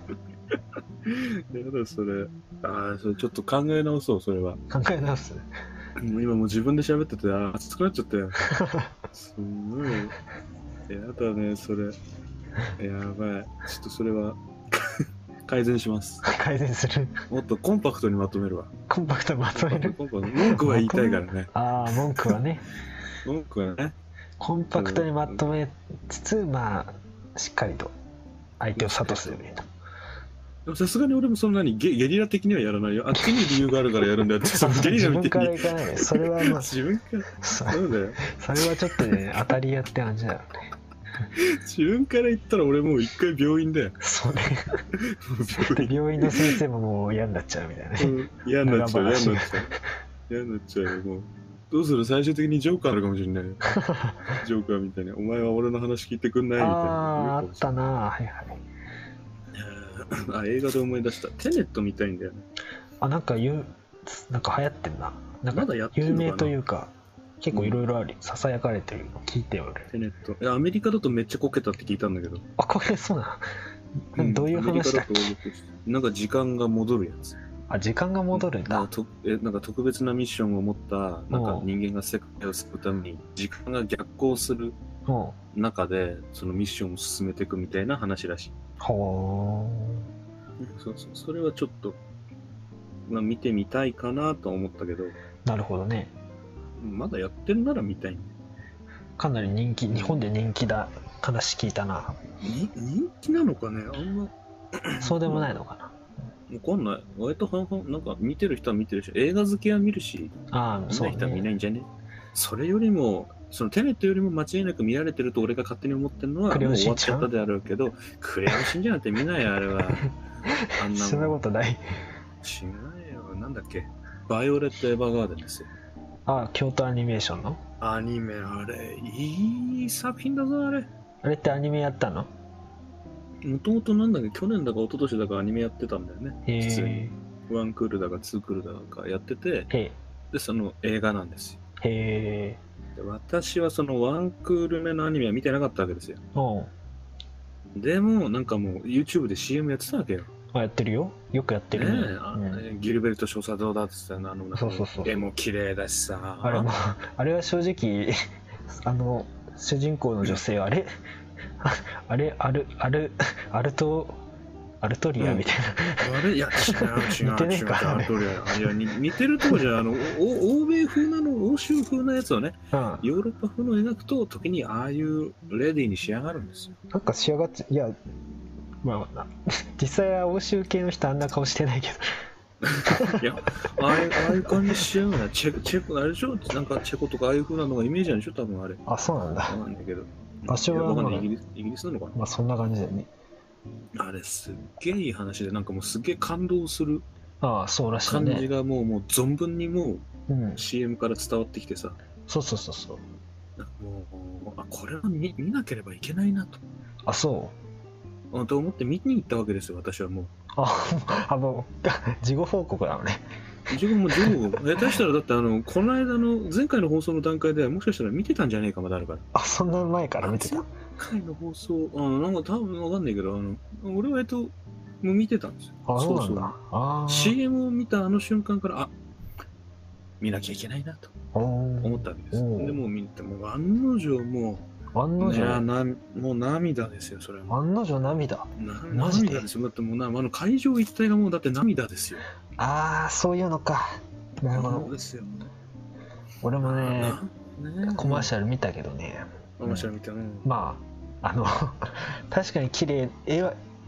だそれ。ああ、それちょっと考え直そう、それは。 考え直す。 もう今もう自分で喋ってて、あ熱くなっちゃったよ。すごい。やだね、それ。やばい。ちょっとそれは改善します。 改善する。 もっとコンパクトにまとめるわ。 コンパクトにまとめる。 文句は言いたいからね。 ああ、文句はね。 文句はね。 コンパクトにまとめつつ、まあしっかりと相手を諭すよね。 でもさすがに俺もそんなに ゲ, ゲリラ的にはやらないよ。あっちに理由があるからやるんだよって。そのゲリラみたいに。 自分からいかないね。それはまあ自分からそうだよ。 それはちょっとね当たり屋って感じだよね。 自分から言ったら俺もう一回病院だよ。 そうね。病院の先生ももう嫌になっちゃうみたいなね。 うん、嫌になっちゃう嫌になっちゃう嫌になっちゃうよ。もうどうする、最終的にジョーカーあるかもしれない。ジョーカーみたいな。お前は俺の話聞いてくんないみたいな。 あああったな。はいはい。 あ、映画で思い出した。テネット見たいんだよね。 あ、なんか言う、なんか流行ってんな。なんかまだやってんの有かな。 名というか、結構いろいろあり、ささやかれてるの聞いておる。 テネット。いや、アメリカだとめっちゃこけたって聞いたんだけど。 あ、これそうな。 うん、 どういう話だっけ。 なんか時間が戻るやつ。 あ、時間が戻るんだ。 なんかとえなんか特別なミッションを持ったなんか人間が世界を救うために時間が逆行する中でそのミッションを進めていくみたいな話らしい。 ほー。そうそう、それはちょっと、まあ、見てみたいかなとは思ったけど。 なるほどね。 まだやってるなら見たい。 かなり人気、日本で人気だ話聞いたな。 に人気なのかね、あんま。 そうでもないのかな。 わかんない。割と半々、なんか見てる人は見てるし、映画好きは見るし、 ああ、そうね。 見ない人は見ないんじゃね。それよりも、そのテネットよりも間違いなく見られてると俺が勝手に思ってるのは、もう終わっちゃったであるけど、クレヨンしんちゃんなんて見ないよ、あれは。あんなもん。 そんなことない。 知らないよ。なんだっけ。バイオレット・エヴァーガーデンですよ。 ああ、京都アニメーションのアニメ、あれ、いい作品だぞ、あれ。 あれってアニメやったの？ もともとなんだっけ、去年だか一昨年だかアニメやってたんだよね。 へ普通に。ワンクールだかツークールだかやってて、 へで、その映画なんですよ。 へで私はそのワンクール目のアニメは見てなかったわけですよ。 おう。 でも、なんかもう YouTube で シーエム やってたわけよ。 あ、やってるよ。よくやってるねね。 え、あうん、 ギルベルト少佐どうだって言ったら、あの、 そうそうそう。 絵も綺麗だしさ。 あれも、あれは正直、あの、主人公の女性はあれあれ、ある、ある、アルト、アルトリアみたいな。あれ、いや、違う、違う、 似てねえ違う、 かアルトリア。いや、似てるとこじゃ、あの、欧米風なの、欧州風なやつをね、 うん、 ヨーロッパ風の描くと、時にああいうレディーに仕上がるんですよ。 なんか仕上がっちゃ、いや、まあ、実際は欧州系の人あんな顔してないけど。 いや、ああいう、ああいう感じしちゃうな。チェ、チェコ、あれでしょ、なんかチェコとかああいう風なのがイメージなんでしょ、多分あれ。 あ、そうなんだ。 わかんないけど。 場所はまあイギリス、イギリスなのかな。 まあそんな感じだよね。 あれすっげえいい話で、なんかもうすっげえ感動するああ、そうらしいね。 感じがもう、もう存分にもうん、 う シーエム から伝わってきてさ。 そうそうそうそう。 もう、あ、これは 見, 見なければいけないなと。 あ、そうあと思って見に行ったわけですよ、私はもう。 あ、あの、事後報告なのね。 自分も自分も、下手したらだってあの、この間の前回の放送の段階ではもしかしたら見てたんじゃねえかまであるから。 あ、そんな前から見てた。 前回の放送、あの、なんか多分わかんないけど、あの、俺はえっと、もう見てたんですよ。 あ、そうなんだ。 そうそうあシーエム を見たあの瞬間から、あ、見なきゃいけないなと思ったわけです。でもう見て、もう案の定もう、 案の定、 ね、なもう涙ですよ、それは。 案の定涙。 なマジで涙ですよ。だってもうな、あの会場一体がもうだって涙ですよ。 ああ、そういうのか。なるほど。 ですよ。 俺もね、 ねコマーシャル見たけどね。 コマーシャル見たの。 まあ、あの、確かに綺麗、絵は、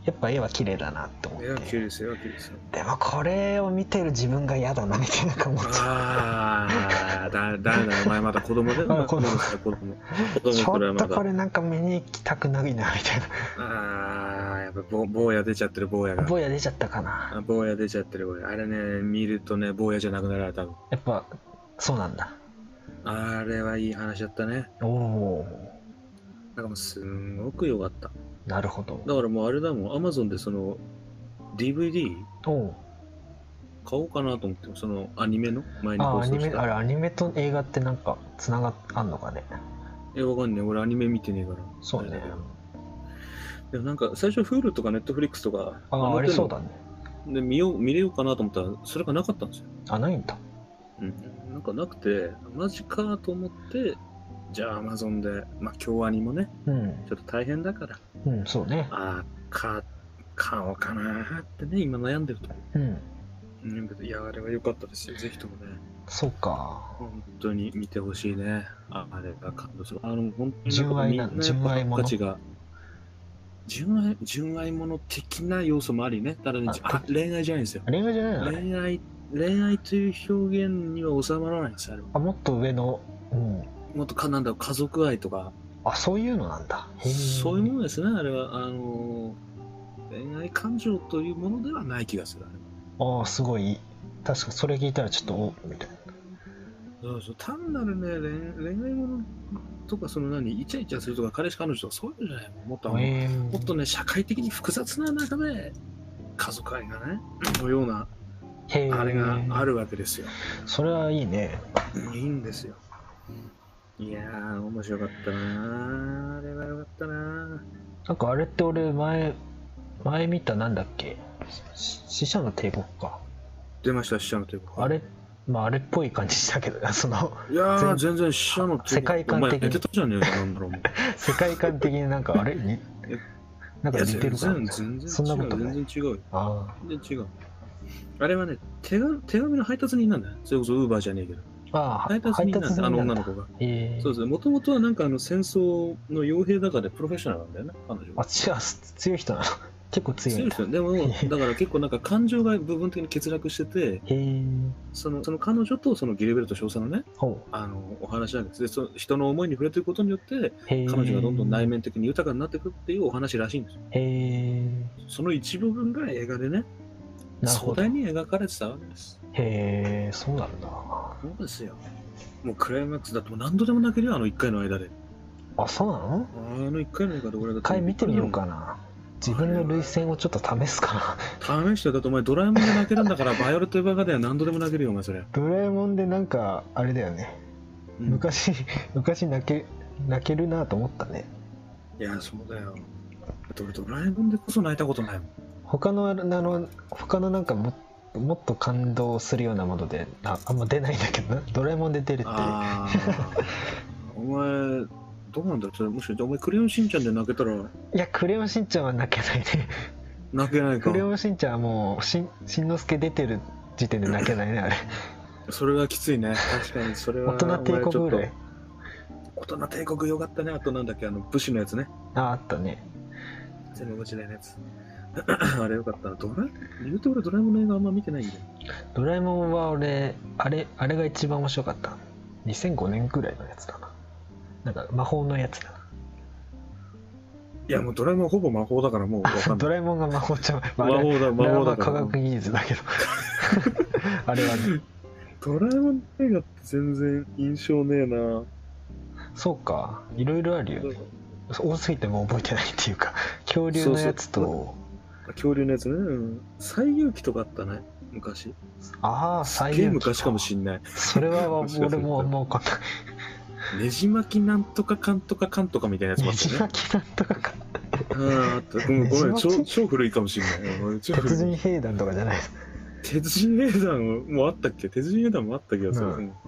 やっぱ絵は綺麗だなって思っ絵は綺麗て。 ですよ、綺麗ですよ。 でもこれを見てる自分が嫌だなみたいなか思っちゃああ、だ、だめだ、お前まだ子供だよ、 あ子供子供。子う。ち供くらいまだ。 ょっとこれなんか見に行きたくないなみたいああ、やっぱぼ坊や出ちゃってる、坊やな。 が。 ぼや出ちゃったかな。 あ坊や出ちゃってる、坊や。あれね、見るとね、坊やじゃなくなる、多分。 やっぱそうなんだ。 あれはいい話だったね。 おおなんかもうすんごく良かった。 ー、なるほど。 だからもうあれだもん、アマゾンでその ディーブイディーおお。 買おうかなと思って、そのアニメの前にあアニメ放送した。 あれアニメと映画ってなんかつながっあんのかね。 え、わかんねえ。俺アニメ見てねえから。 そうね。 でもなんか最初 Hulu とか Netflix とかああありそうだね。 で見よう見れようかなと思ったらそれがなかったんですよ。 あないんだ。 うん。なんかなくてマジかと思ってじゃあ Amazon でまあ京アニもねうんちょっと大変だからうんそうね。 ああか買おうかなってね今悩んでると。 うんうんいやあれは良かったですよ。ぜひともねそうか。 本当に見てほしいね。ああれが感動する。あの本当に純愛なみんな純愛もの価値が純愛純愛もの的な要素もありね。ただねああ恋愛じゃないんですよ。 恋愛じゃないのあれ。 恋愛恋愛という表現には収まらないんですよ。あれはあもっと上の。うんもっとかなんだろう家族愛とかあそういうのなんだ。へーそういうものですね。あれはあの恋愛感情というものではない気がする。あれはああすごい確かそれ聞いたらちょっとおみたいな。 そうそう単なるね恋恋愛ものとかその何イチャイチャするとか彼氏彼女とかそういうのじゃないもっとあのえーもっとね社会的に複雑な中で家族愛がねのようなへーあれがあるわけですよ。 それはいいね。 いいんですよ。いやー面白かったなー。あれはよかったなー。 なんかあれって俺前前見たなんだっけし死者の帝国か。 出ました死者の帝国。 あれまああれっぽい感じしたけどそのいやー全全然死者の帝国世界観的にお前寝てたじゃねえかなんだろうもう世界観的になんかあれになんか似てるかな。 全然全然そんなことない。 全然違うよ。 あ全然違う。あれはね手が手紙の配達人なんだよ。それこそウーバーじゃねえけど。 あああ配達人なんだあの女の子が。 えー、 そうですね。もともとはなんかあの戦争の傭兵だからでプロフェッショナルなんだよね彼女は。 あ違う強い人なの結構強いんだ。 強いですよ。でもだから結構なんか感情が部分的に欠落してて。 へえそのその彼女とそのギルベルト少佐のねほあのお話なんですでその人の思いに触れていくことによってうへえ彼女がどんどん内面的に豊かになっていくっていうお話らしいんですよ。 へえその一部分が映画でねなるほど。 壮大に描かれてたわけです。 へえそうなんだ。 そうですよ。もうクライマックスだってもう何度でも泣けるよあのいっかいの間で。 あそうなのあのいっかいの映画で俺が一回見てみようかな。自分の涙腺をちょっと試すかな。 試してだってお前ドラえもんで泣けるんだからバイオレット・エヴァーガーデンは何度でも泣けるよお前それ。 ドラえもんでなんかあれだよね、 うん昔昔泣け泣けるなと思ったね。 いやそうだよ。だって俺ドラえもんでこそ泣いたことないもん。 他のあの他のなんかももっと感動するようなもので あ, あんま出ないんだけどな。ドラえもんで出るってああお前どうなんだろうそれもしかしてお前クレヨンしんちゃんで泣けたらいやクレヨンしんちゃんは泣けないね泣けないか。 クレヨンしんちゃんはもうしんしんのすけ出てる時点で泣けないねあれそれはきついね。確かにそれは大人帝国ぐらい。 大人帝国よかったね。あとなんだっけあの武士のやつね。 ああったね。 全部時代のやつあれよかったな。ドラ言うと俺ドラえもんの映画あんま見てないんだよ。 ドラえもんは俺あれあれが一番面白かった。にせんごねんぐらいのやつだな。なんか魔法のやつだな。 いやもうドラえもんほぼ魔法だからもうわかんないドラえもんが魔法ちゃう、 魔法だ魔法だから科学技術だけどあれはね。 ドラえもんの映画って全然印象ねえな。 そうかいろいろあるよね。多すぎてもう覚えてないっていうか恐竜のやつと。 そうそう恐竜のやつね。うん西遊記とかあったね昔。 ああ西遊記ゲーム昔かもしんない。 それは俺もあんま分かんない。 ねじ巻きなんとかかんとかかんとかみたいなやつもあねったよね。 じ巻きなんとかか。 ああ、あった。ごめん、ごめんねじ巻き超、超古いかもしれない。うん超古い鉄人兵団とかじゃないです。 鉄人兵団もあったっけ鉄人兵団もあった気がする。 うんうん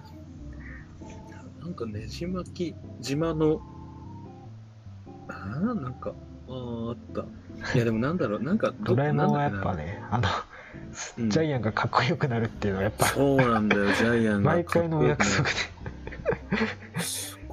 なんかねじ巻き島の、ああ、なんか、ああ、あった。いや、でもなんだろう、なんか、 ドラえもんはやっなんだっけなぱねあの、 うんジャイアンがかっこよくなるっていうのはやっぱそうなんだよ、ジャイアンが毎回のお約束です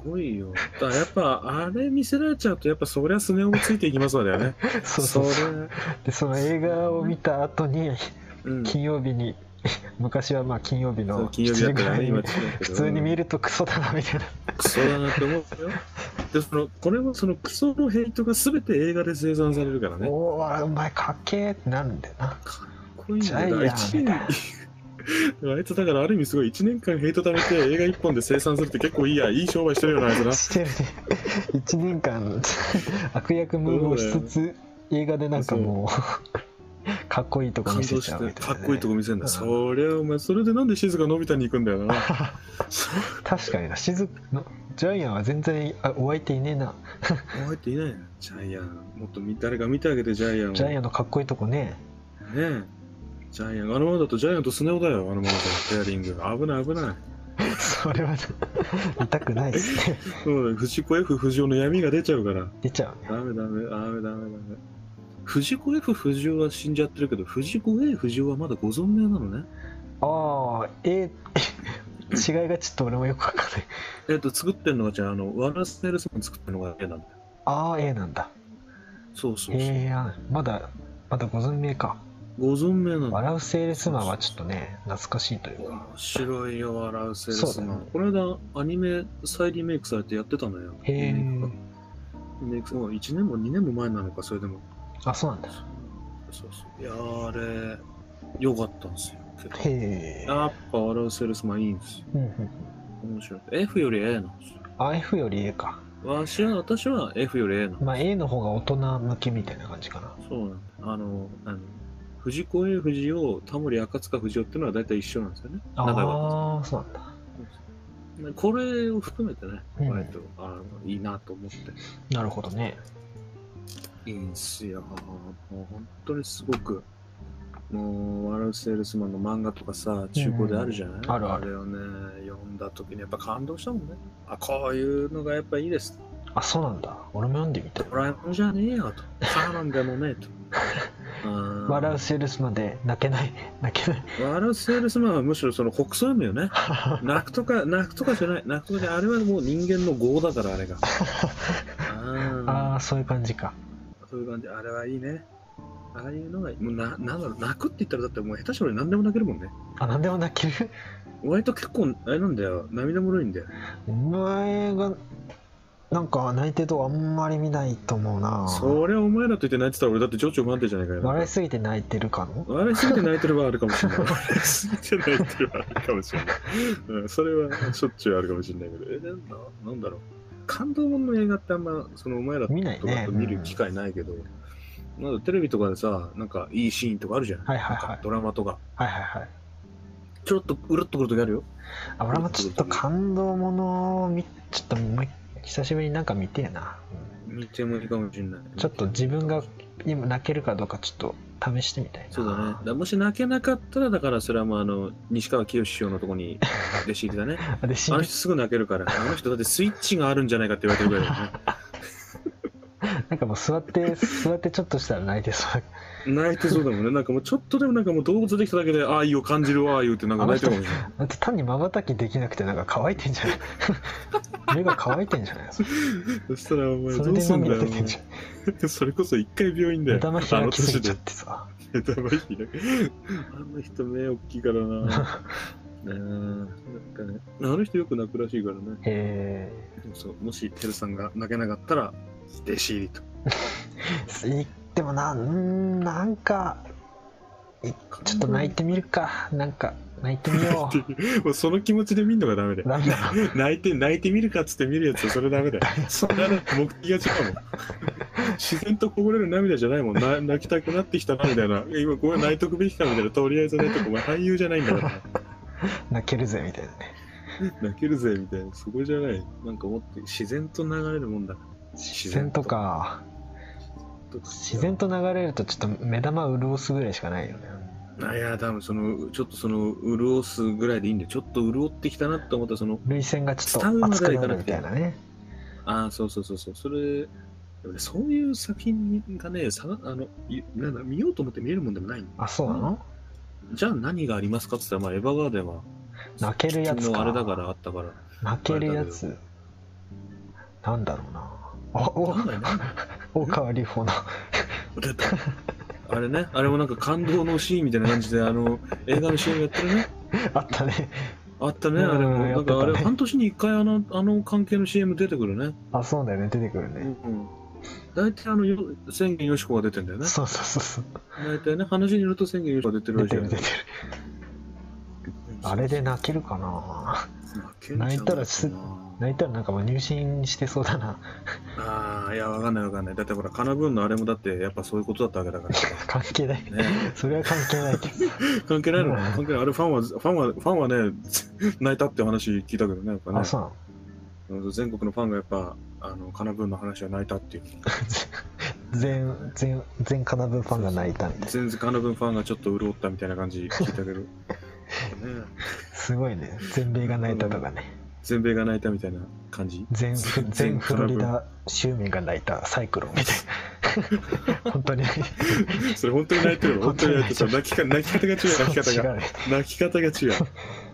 ごいよ。だからやっぱあれ見せられちゃうとやっぱそりゃスネ夫もついていきますわよね。 そうそうそうれでその映画を見た後にうん金曜日に昔はまあ金曜日のそう金曜日だったらねしちじぐらいに今違うけど普通に見るとクソだなみたいな。 クソだなって思うよ。でそのこれもそのクソのヘイトが全て映画で生産されるからね。 おおお前かっけーってなるんだよな。 かっこいいんジだよ。 ャイアンみたいな。 あいつだからある意味すごいいちねんかんヘイト貯めて映画いっぽんで生産するって結構いいや、いい商売してるよな、あいつな。 してるね。いちねんかん悪役ムーブをしつつ映画でなんかもうかっこいいとこ感見せ動してちゃうみたいな、ね、 かっこいいとこ見せるんだよ。 うんそりゃお前それでなんで静かのび太に行くんだよな。 確かにな。しずのジャイアンは全然あお相手いねえな。 お前っていないよ。ジャイアンもっと見誰か見てあげてジャイアンを。 ジャイアンのかっこいいとこね。 ねえ。ジャイアンあのままだとジャイアンとスネ夫だよ。あのままだとペアリング危ない危ない。 それは見たくないっすね。 そうだよ。藤子 F 不二雄の闇が出ちゃうから。 出ちゃう。 ダメダメダメダメダメ。藤子 F 不二雄は死んじゃってるけど、藤子 A 不二雄はまだご存命なのね。 ああ、えー、違いがちょっと俺もよくわかんない。 えっと、作ってるのが、じゃあ、あの、ワラステールスマン作ってるのが A なんだよ。 ああ、A なんだ。 そうそうそう。 ええー、まだ、まだご存命か。 ご存命なんだ。 笑うセールスマンはちょっとね、懐かしいというか。 面白いよ、笑うセールスマン。 そうだねこの間、アニメ再リメイクされてやってたのよ。 へえ。 リメイクもういちねんもにねんも前なのか、それでも。 あ、そうなんだ。 そうそう。いやー、あれ、良かったんですよ。 へえ。 やっぱ笑うセールスマンいいんですよ。 うんうんうん。 面白い。F より A なんですよ。 あ、F より A か。 私は、私は F より A なの。 まあ A の方が大人向きみたいな感じかな。 そうなんだ。あの、あの、藤子 A 不二雄、タモリ赤塚不二雄っていうのは大体一緒なんですよね。仲良かったああ、そうなんだ。 です。これを含めてね、 うん割と、あのいいなと思って。 なるほどね。 いいんすよ。もう本当にすごく、もう、ワルセールスマンの漫画とかさ、中古であるじゃない、 うんあるあるれをね、読んだ時にやっぱ感動したもんね。あ、こういうのがやっぱいいです。 あ、そうなんだ。俺も読んでみたい。 ドラえもんじゃねえよと。カーナンでもねえと。 笑うセールスマンで泣けない。泣けない。 ワルセールスマンはむしろその北総読むよね。泣くとか、泣くとかじゃない。泣くとかじゃない。あれはもう人間の業だから、あれが。 ああ、そういう感じか。 そういう感じ。あれはいいね。ああいうのがいい。もうな、なんだろう、泣くって言ったらだってもう下手したら何でも泣けるもんね。 あ、何でも泣ける。 割と結構、あれなんだよ。涙もろいんだよ。 お前が、なんか泣いてるとあんまり見ないと思うな。 そりゃお前らと言って泣いてたら俺だって情緒不安定じゃないかよ。 笑いすぎて泣いてるかの？ 笑いすぎて泣いてるはあるかもしれない。笑いすぎて泣いてるはあるかもしれない。うん、それはしょっちゅうあるかもしれないけど。え、なんだなんだろう。感動ものの映画ってあんま、そのお前らと見ないねかと見る機会ないけど、なんだテレビとかでさ、なんかいいシーンとかあるじゃん。 はいはいはいなんかドラマとか。 はいはいはい。 ちょっとうるっとくるときあるよ。 あ、俺もちょっと感動ものを見、ちょっともう久しぶりになんか見てえな。 見てもいいかもしれない。 ちょっと自分が今泣けるかどうかちょっと試してみたいな。 そうだね。だからもし泣けなかったら、だからそれはもうあの、西川きよし師匠のとこに弟子入りだね。 あでしあの人すぐ泣けるから。あの人だってスイッチがあるんじゃないかって言われてるぐらいだよね。 なんかもう座って座ってちょっとしたら泣いてそう。 泣いてそうだもんね。なんかもうちょっとでもなんかもう動物できただけで愛を感じるわ、言うてなんか泣いてるかもしれない。 だって単に瞬きできなくてなんか乾いてんじゃない目が乾いてんじゃないそしたらお前それでどうすんだよ。 涙出てんじゃん。 それこそ一回病院だよ。 目玉開きすぎちゃってさ。 目玉開き。あの人目大きいからな。ねえ、なんかね、あの人よく泣くらしいからね。 へそうもしてるさんが泣けなかったら弟子入りと。 え。でもな、んーなんかいちょっと泣いてみるか。なんか泣いてみよもうその気持ちで見んのがダメだう。 よ。 ダメだ。 泣いて泣いてみるかっつって見るやつはそれダメだよ。それは目的が違うもん。自然とこぼれる涙じゃないもん。な泣きたくなってきたなみたいな。今これ泣いとくべきかみたいな。とりあえずねとかお前俳優じゃないんだから。 泣けるぜみたいなね。 泣けるぜみたいな。そこじゃない。なんかもっと自然と流れるもんだから。 自然とか自然と流れるとちょっと目玉潤すぐらいしかないよね。 あいや多分そのちょっとその潤すぐらいでいいんで、ちょっと潤ってきたなと思ったらその涙腺がちょっと熱くなるみたいなね。 ああそうそうそうそうそれでもね、そういう作品がねさあのいなんだ見ようと思って見れるもんでもないんだ。 あ、そうなの？ じゃあ何がありますかって言ったら、まあエヴァガーデンは泣けるやつか。 のあれだからあったから泣けるやつ。 なんだろうな。おおなんだよね。 大川里穂の出た。あれね、あれもなんか感動のシーンみたいな感じで、あの、映画の シーエム やってるね。 あったね。 あったね、あれも。なんかあれ、半年にいっかいあの、あの関係の シーエム 出てくるね。 あ、そうだよね、出てくるね。 うん。大体あの、千元よし子が出てんだよね。 そうそうそうそう。 大体ね、話によると千元よし子が出てるらしい。 出てる出てる。あれで泣けるかな。泣いたらす、泣いたらなんかもう入信してそうだな。 ああ、いや、わかんないわかんない。だってほら、カナブーンのあれもだって、やっぱそういうことだったわけだから。 関係ない。ね、それは関係ないけど。 関係ないの関係ない。あれ、ファンは、ファンは、ファンはね、泣いたって話聞いたけどね、やっぱね。 あ、そう全国のファンがやっぱ、あの、カナブーンの話は泣いたっていう。 全、全、全カナブーンファンが泣いたみたいな。 全然カナブーンファンがちょっと潤ったみたいな感じ聞いたけど。ね、 すごいね。全米が泣いたとかね。 全米が泣いたみたいな感じ。 全全フロリダ州民が泣いたサイクロンみたいな。本当に。 それ本当に泣いてる。本当に泣いてる。泣きか泣き方が違う。泣き方が。泣き方が違う。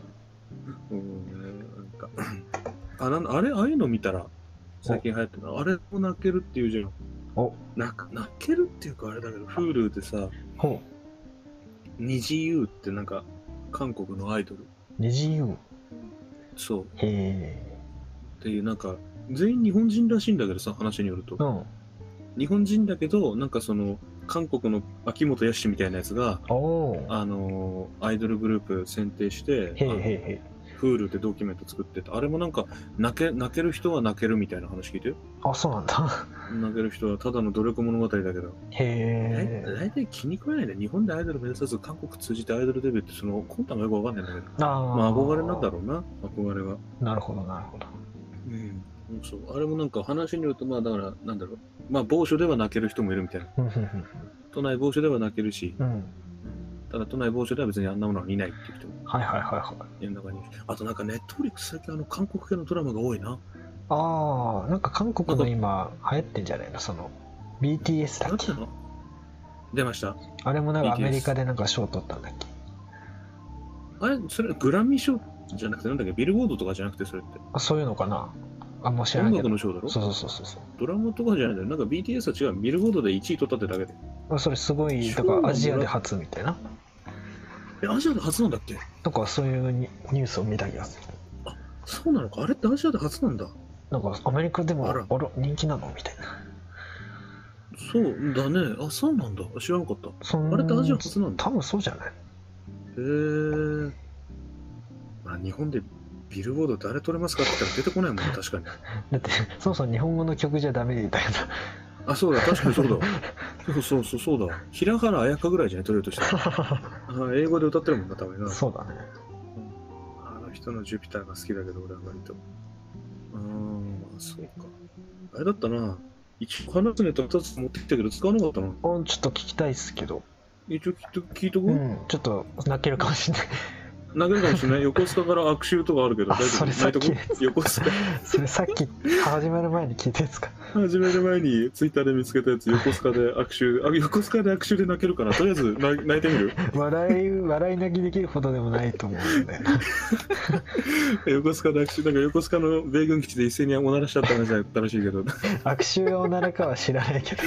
あ、なんあれああいうの見たら最近流行ってるの。あれも泣けるっていうじゃん。お、泣泣けるっていうかあれだけど、Hulu でさ、ほう。ニジユーってなんか韓国のアイドル。 ニジユー。 そう。 へえ。 っていうなんか全員日本人らしいんだけどさ、話によると。うん。日本人だけどなんかその韓国の秋元康みたいなやつが、あのー、アイドルグループ選定して、へーへーへー。Hulu でドキュメント作ってた。あれもなんか泣け泣ける人は泣けるみたいな話聞いてよ。あ、そうなんだ。泣ける人はただの努力物語だけど。へえ。大体気に食わないで、日本でアイドル目指さず韓国通じてアイドルデビューってその魂胆がよくわかんないんだけど。あまあ憧れなんだろうな、憧れが。なるほどなるほど。うん。そう。あれもなんか話によるとまあだからなんだろう。まあ某所では泣ける人もいるみたいな。都内某所では泣けるし。うん。ただ都内某所では別にあんなものは見ないっていう人も。はいはいはいはい。世の中に。あとなんかネットフリックス最近あの韓国系のドラマが多いな。ああ、なんか韓国の今流行ってんじゃないのその ビーティーエス だっけ。出ました。あれもなんかアメリカでなんか賞取ったんだっけ。あれそれグラミー賞じゃなくてなんだっけビルボードとかじゃなくてそれって。あ、そういうのかな。あんま知らないけど。音楽の賞だろ。そうそうそうそう。ドラマとかじゃないんだよ。なんか ビーティーエス は違う。ビルボードでいちい取ったってだけで。あ、それすごいだからアジアで初みたいな。え、アジアで初なんだっけ。なんかそういうニュースを見た気がする。あ、そうなのか。あれってアジアで初なんだ。なんかアメリカでもあら人気なのみたいな。そうだね。あ、そうなんだ。知らんかった。あれってアジア初なんだ。多分そうじゃない。へえ。まあ日本でビルボード誰取れますかって言ったら出てこないもんね、確かに。だってそもそも日本語の曲じゃダメみたいな。あ、そうだ、確かにそうだ。そうそうそうそうだ。平原綾香ぐらいじゃない、取れるとしたら。あ、英語で歌ってるもんな、多分な。そうだね。あの人のジュピターが好きだけど、俺は割と。あー、まあそうか。あれだったな。一応話すネタふたつ持ってきたけど使わなかったな。あ、ちょっと聞きたいっすけど。一応聞いと聞いとこう、うん、ちょっと泣けるかもしれない。投げるかもしれない。横須賀から悪臭とかあるけど、大丈夫。それさっき横須賀。それさっき始める前に聞いたやつか。始める前にツイッターで見つけたやつ、横須賀で悪臭。あ、横須賀で悪臭で泣けるかな。とりあえず泣いてみる。笑い笑い泣きできるほどでもないと思うんだよな。横須賀で悪臭、なんか横須賀の米軍基地で一斉におならしちゃった話だったらしいけど。悪臭がおならかは知らないけど。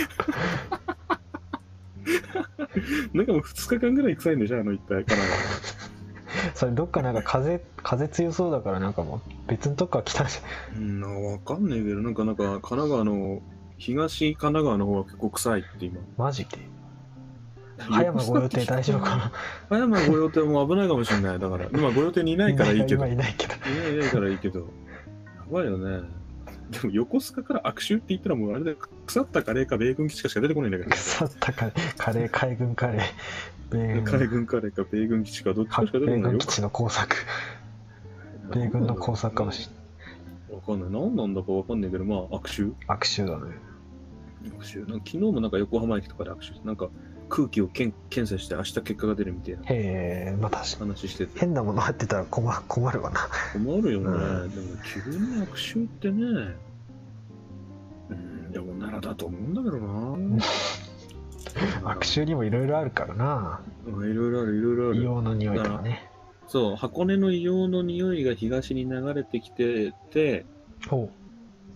なんかもうふつかかんぐらい臭いんでしょ、あの一帯から。それどっかなんか風風強そうだからなんかもう別のとこから来たんじゃん。うん、わかんないけどなんかなんか神奈川の東神奈川の方は結構臭いって今。マジで。葉山ご予定大丈夫かな。葉山ご予定も危ないかもしれない。だから今ご予定にいないからいいけど。今いないけど。いないからいいけど。やばいよね。でも横須賀から悪臭って言ったらもうあれで腐ったカレーか米軍基地かしか出てこないんだけど。腐ったカレー、カレー海軍カレー。米海軍カレーか米軍基地かどっちかしか出てこないよ。米軍基地の工作。米軍の工作かもしれない。わかんない。何なんだかわかんないけど、まあ悪臭。悪臭だね。悪臭。なんか昨日もなんか横浜駅とかで悪臭。なんか空気をけん検査して明日結果が出るみたいな。へえ、まあ確かに。話してて。変なもの入ってたら困困るわな。困るよね。うん、でも急に悪臭ってね。うん、でも奈良だと思うんだけどな。悪臭にもいろいろあるからな。いろいろあるいろいろある。硫黄の匂いとかね。そう、箱根の硫黄の匂いが東に流れてきてて、ほ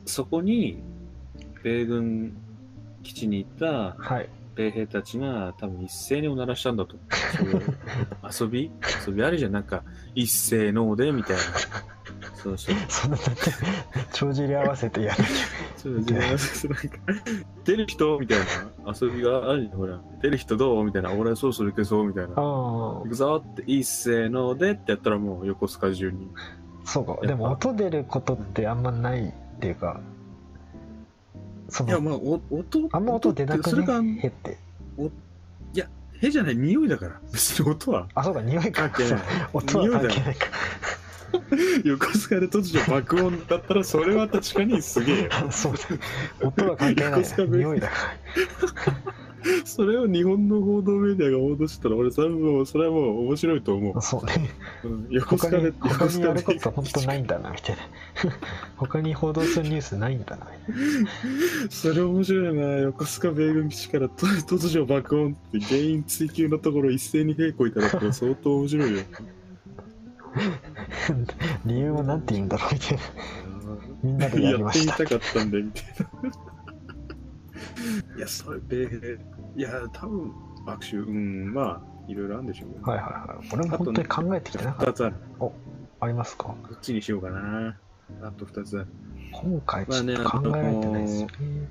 そこに米軍基地に行ったはい米兵たちが多分一斉におならしたんだと。そういう遊び遊びあるじゃん。なんか一斉のでみたいな。そうそう。 そんなだって帳尻合わせてやるそうじゃなんか出る人みたいな遊びがあるじゃん。ほら出る人どうみたいな。俺はそうそれ行くぞみたいな。 ああ行くぞって一斉のでってやったらもう横須賀中に。 そうか。でも音出ることってあんまないっていうか、そのいやまあお音あんま音出なくそれがねへって。 おいやへじゃない匂いだから別に音はあ、そうか、匂いか。 関係ない音は関係ないか。 横須賀で突如爆音だったらそれは確かにすげえよ。 そうだ。音は関係ない横須賀。弁匂いだかそれを日本の報道メディアが報道したら俺それはもうそれはもう面白いと思ら。そうね。 う、うん、横須他に賀で横他にや須賀でること本当ないんだなみたいな。他に報道するニュースないんだなみたいな。 それ面白いな。横須賀米軍基地からと突如爆音って原因追及のところ一斉に兵こいたらって相当面白いよ。 理由はなんて言うんだろうみたいな。みんなでやりました。 やってみたかったんでみたいな。いやそれ米兵いや多分爆臭うんまあいろいろあるんでしょうけど、 はいはいはい。俺も本当に考えてきてなかった。 ふたつある。 ありますか？ どっちにしようかな。あとふたつある。 今回ちょっと考えられてないですよね。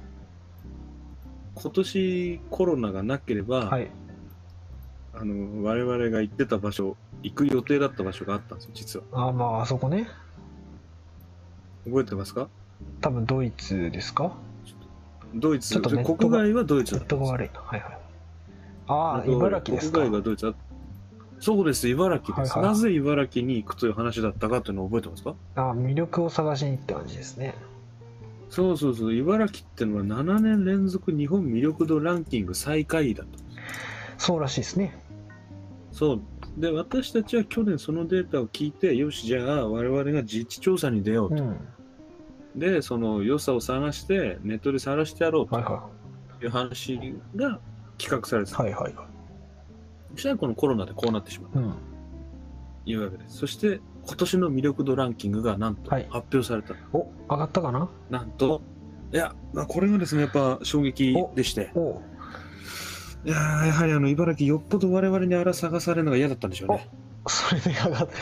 今年コロナがなければ、 はい。 あの我々が行ってた場所行く予定だった場所があったんですよ実は。 ああまああそこね。 覚えてますか？ 多分ドイツですか？ ドイツちょっとネットが国外はドイツだネットが悪いな。はいはい。ああ、茨城ですか。 国外がドイツだ。そうです、茨城です、 はいはい。 なぜ茨城に行くという話だったかというのを覚えてますか？ ああ、魅力を探しにって感じですね。 そうそうそう、茨城ってのはななねん連続日本魅力度ランキング最下位だと。 そうらしいですね。 そうで、私たちは去年そのデータを聞いて、よしじゃあ我々が実地調査に出ようと、 うん。 でその良さを探してネットで探してやろうとはいはいう話が企画されてい。 た。 はいはいはい。 そしたらこのコロナでこうなってしまうとうん。 いうわけです。そして今年の魅力度ランキングがなんとはい発表された。 お、上がったかな？ なんと、いや、まあ、これがですね、やっぱ衝撃でして、 お、 いやーやはりあの茨城、よっぽど我々にあら探されるのが嫌だったんでしょうね。 それで上がった。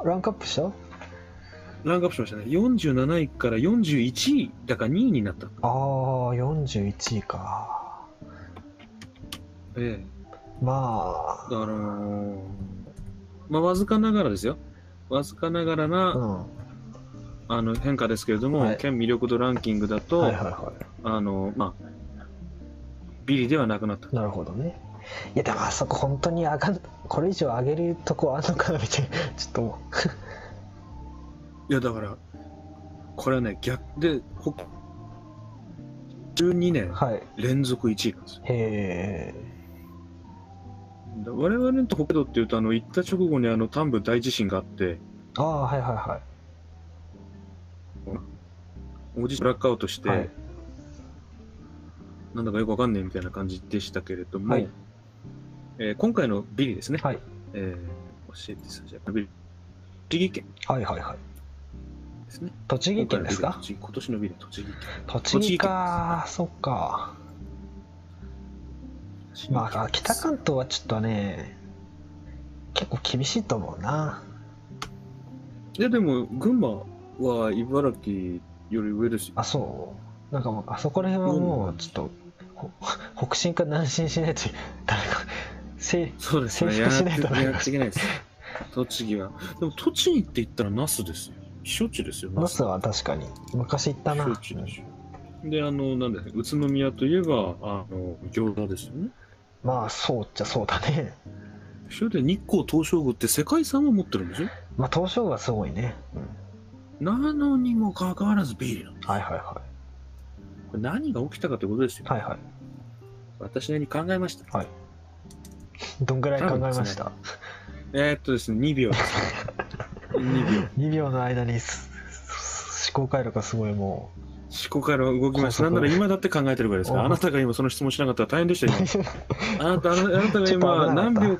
ランクアップした？ ランクアップしましたね。よんじゅうなないからよんじゅういちいだからにいになった。 ああ、よんじゅういちいか。 ええ。 まだから、まあ、わずかながらですよ。わずかながらな、 あ、うん。 あの変化ですけれども、 はい県魅力度ランキングだと、 はいはいはあの、まあ、ビリではなくなった。 い。なるほどね。いやでもあそこ本当に上がんこれ以上上げるとこあんのかなみたいなちょっともいやだからこれはね逆でほじゅうにねんうはい連続いちいなんですよ。 へえだ我々のと北海道っていうとあの行った直後にあの丹部大地震があって、 ああはいはいはいおじいちゃんブラックアウトして、 はいなんだかよくわかんないみたいな感じでしたけれども、 はいえー今回のビリですね、 はいえー教えてさじゃあビリ栃木県はいはいはいですね。 栃木県ですか？ 今回のビリ今年のビリ栃木県。 栃木かそっかまあ北関東はちょっとね結構厳しいと思うな。 いやでも群馬は茨城より上ですよ。 あそうなんかもうあそこら辺はもうちょっと、うん、北進か南進しないと誰か征そうですね。 征服しないとダメやっていけないです。栃木は。でも栃木って言ったら那須ですよ。避暑地ですよ。 那須は確かに昔行ったな。 避暑地でしょ。で、あの、なんだね、宇都宮といえば、あの、餃子ですよね。 まあそうっちゃそうだね。 それで日光東照宮って世界遺産を持ってるんでしょ。 まあ東照宮はすごいね。 うん、なのにもかかわらずビリなんです。 はいはいはい。 これ何が起きたかということですよ。 はいはい。 私なりに考えました。 はい。どんぐらい考えました？ ね、えー、っとですね、にびょうですね。にびょう。 にびょうの間に思考回路がすごいもう。 思考回路が動きました。なんなら今だって考えてるからですから、あなたが今その質問しなかったら大変でしたよ。あなた、あなたが今何秒か、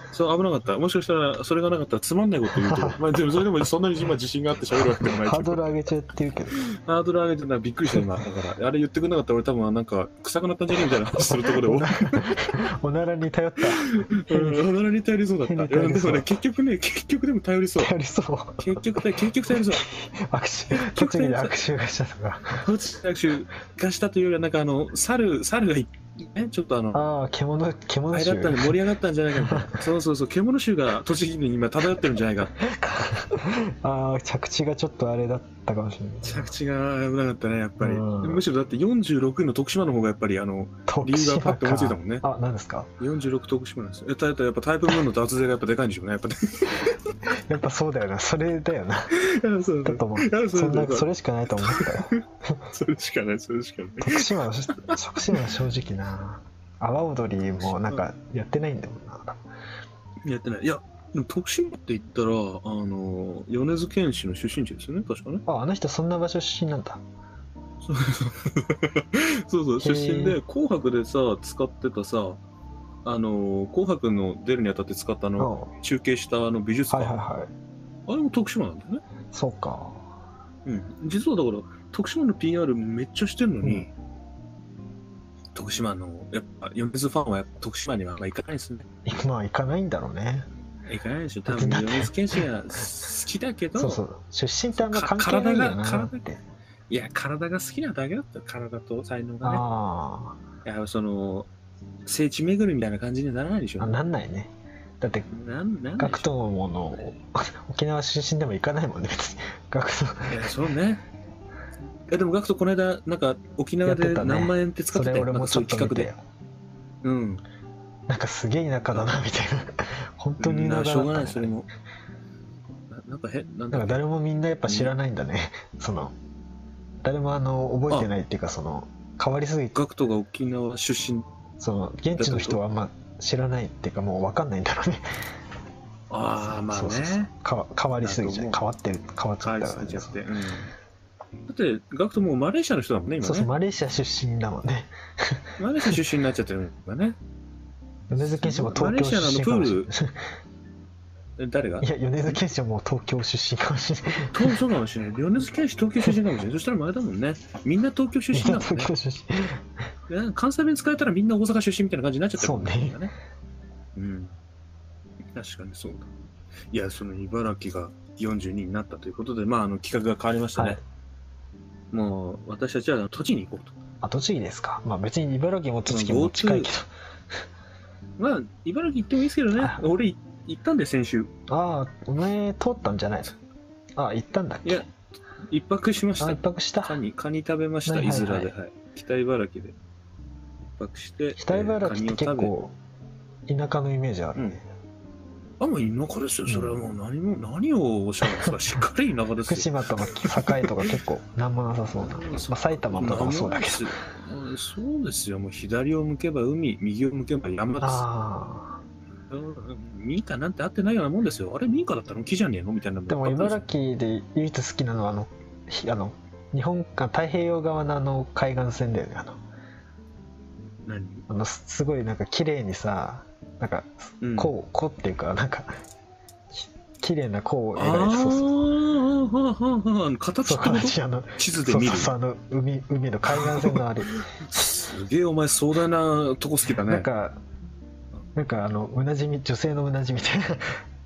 そう、危なかった。もしかしたら、それがなかったらつまんないこと言うけど、まあでもそれでもそんなに今自信があって喋るわけでもないハーけど。 ドル上げちゃってるけど。 ハードル上げてたらびっくりした今。だから、あれ言ってくれなかったら俺多分なんか臭くなったんじゃねえみたいな話するところでおなおならに頼ったうん、おならに頼りそうだった。いや変に頼りそうでもね、結局ね、結局でも頼りそう。 頼りそう結局、結局頼りそう。 握手栃木で握手がしたとか。 握手がしたというよりは、なんかあの、猿、猿がいね、ちょっとあの、 ああ獣獣臭あれだったんで盛り上がったんじゃないかみたいな。そうそうそう、獣臭が栃木に今漂ってるんじゃないか。 ああ着地がちょっとあれだったかもしれない。 着地が危なかったね、やっぱり。 うんむしろだってよんじゅうろくいの徳島の方がやっぱりあの、理由がパッと思いついたもんね。 あ、何ですか？ よんじゅうろく徳島なんですよ。え、ただやっぱタイプ分の脱税がやっぱでかいんでしょうね、やっぱね。 やっぱそうだよな、それだよな。 そうそうだと思う。 いやそうそんなそうそれしかないと思ったよ。 それしかない、それしかない。 徳島は徳島は正直な。阿波踊りもなんかやってないんだもんな。 やってない。いや、でも徳島って言ったら、あの、米津玄師の出身地ですよね、確かね。 あ、あの人そんな場所出身なんだ。 そうそうそうそう、出身で、紅白でさ、使ってたさ、あの、紅白の出るにあたって使ったあの、中継したあの美術館。 はいはいはい。 あれも徳島なんだよね。 そうか。 うん。実はだから、徳島の ピーアール めっちゃしてるのに、うん、徳島の、やっぱ、米津ファンはやっぱ徳島には行かないですね。 まあ行かないんだろうね。 行かないでしょ。多分、米津玄師が好きだけど、 そうそう。出身ってあんま関係ないよなって。 いや、体が好きなだけだった。体と才能がね。 ああ。いや、その、聖地巡りみたいな感じにならないでしょ。 あ、なんないね。だって、ガクトもの沖縄出身でも行かないもんね、別に。ガクト。 いや、そうね。いや、でもガクトこの間、なんか沖縄で何万円って使ってたよ、ね、それ俺もちょっと見て。うん。 なんかすげえ田舎だな、みたいな。本当に田舎だった、ね。 しょうがない、それも。ななんか変、 なんか誰もみんなやっぱ知らないんだね。うん、その、誰もあの、覚えてないっていうか、その、変わりすぎて。 ガクトが沖縄出身。 その、現地の人はあんま知らないっていうか、もう分かんないんだろうね。 ああ、まあね。そうそうそう変わりすぎちゃう。変わってる。変わっちゃったからね。だって、ガクトもうマレーシアの人だもんね、今ね。 そうそう、マレーシア出身だもんね。 マレーシア出身になっちゃってるんだね。 米津玄師も東京出身かもしれない。 誰が？ いや、米津玄師はもう東京出身かもしれない。 そうかもしれない。米津玄師東京出身かもしれない。そしたら前だもんね。みんな東京出身だもんね。 東京出身。関西弁使えたらみんな大阪出身みたいな感じになっちゃってるもんね。 そうね。 うん。確かにそうだ。いや、その茨城がよんじゅうにになったということで、まあ、あの企画が変わりましたね。はい、もう、私たちは栃木に行こうと。 あ、栃木ですか。まあ別に茨城も栃木も近いけど。 まあ、茨城行ってもいいですけどね。俺行ったんで、先週。 ああ、お前通ったんじゃないの？ああ、行ったんだっけ？ いや、一泊しました。 あ、一泊した。 カニ、カニ食べました、いずらで。はい。北茨城で。一泊して。 北茨城って結構、田舎のイメージあるね。 あ、もう田舎ですよ。それはもう何も、何をおっしゃるんですか。しっかり田舎ですよ。 福島とか境とか結構なんもなさそうな。まあ埼玉とかもそうだけど。 そうですよ。もう左を向けば海、右を向けば山です。ああ。民家なんてあってないようなもんですよ。あれ民家だったの？木じゃねえのみたいな。 でも茨城で唯一好きなのはあの、あの日本か太平洋側のあの海岸線だよね。あの、 何？ あのすごいなんか綺麗にさ、なんかこう、こうっていうかなんか綺麗なこう描いて、そうそう。 形ってこと？地図で見る。 そうそう、あの海海の海岸線のあれ。 すげえお前壮大なとこ好きだね。 なんかなんかあのうなじみ、女性のうなじみたいな。え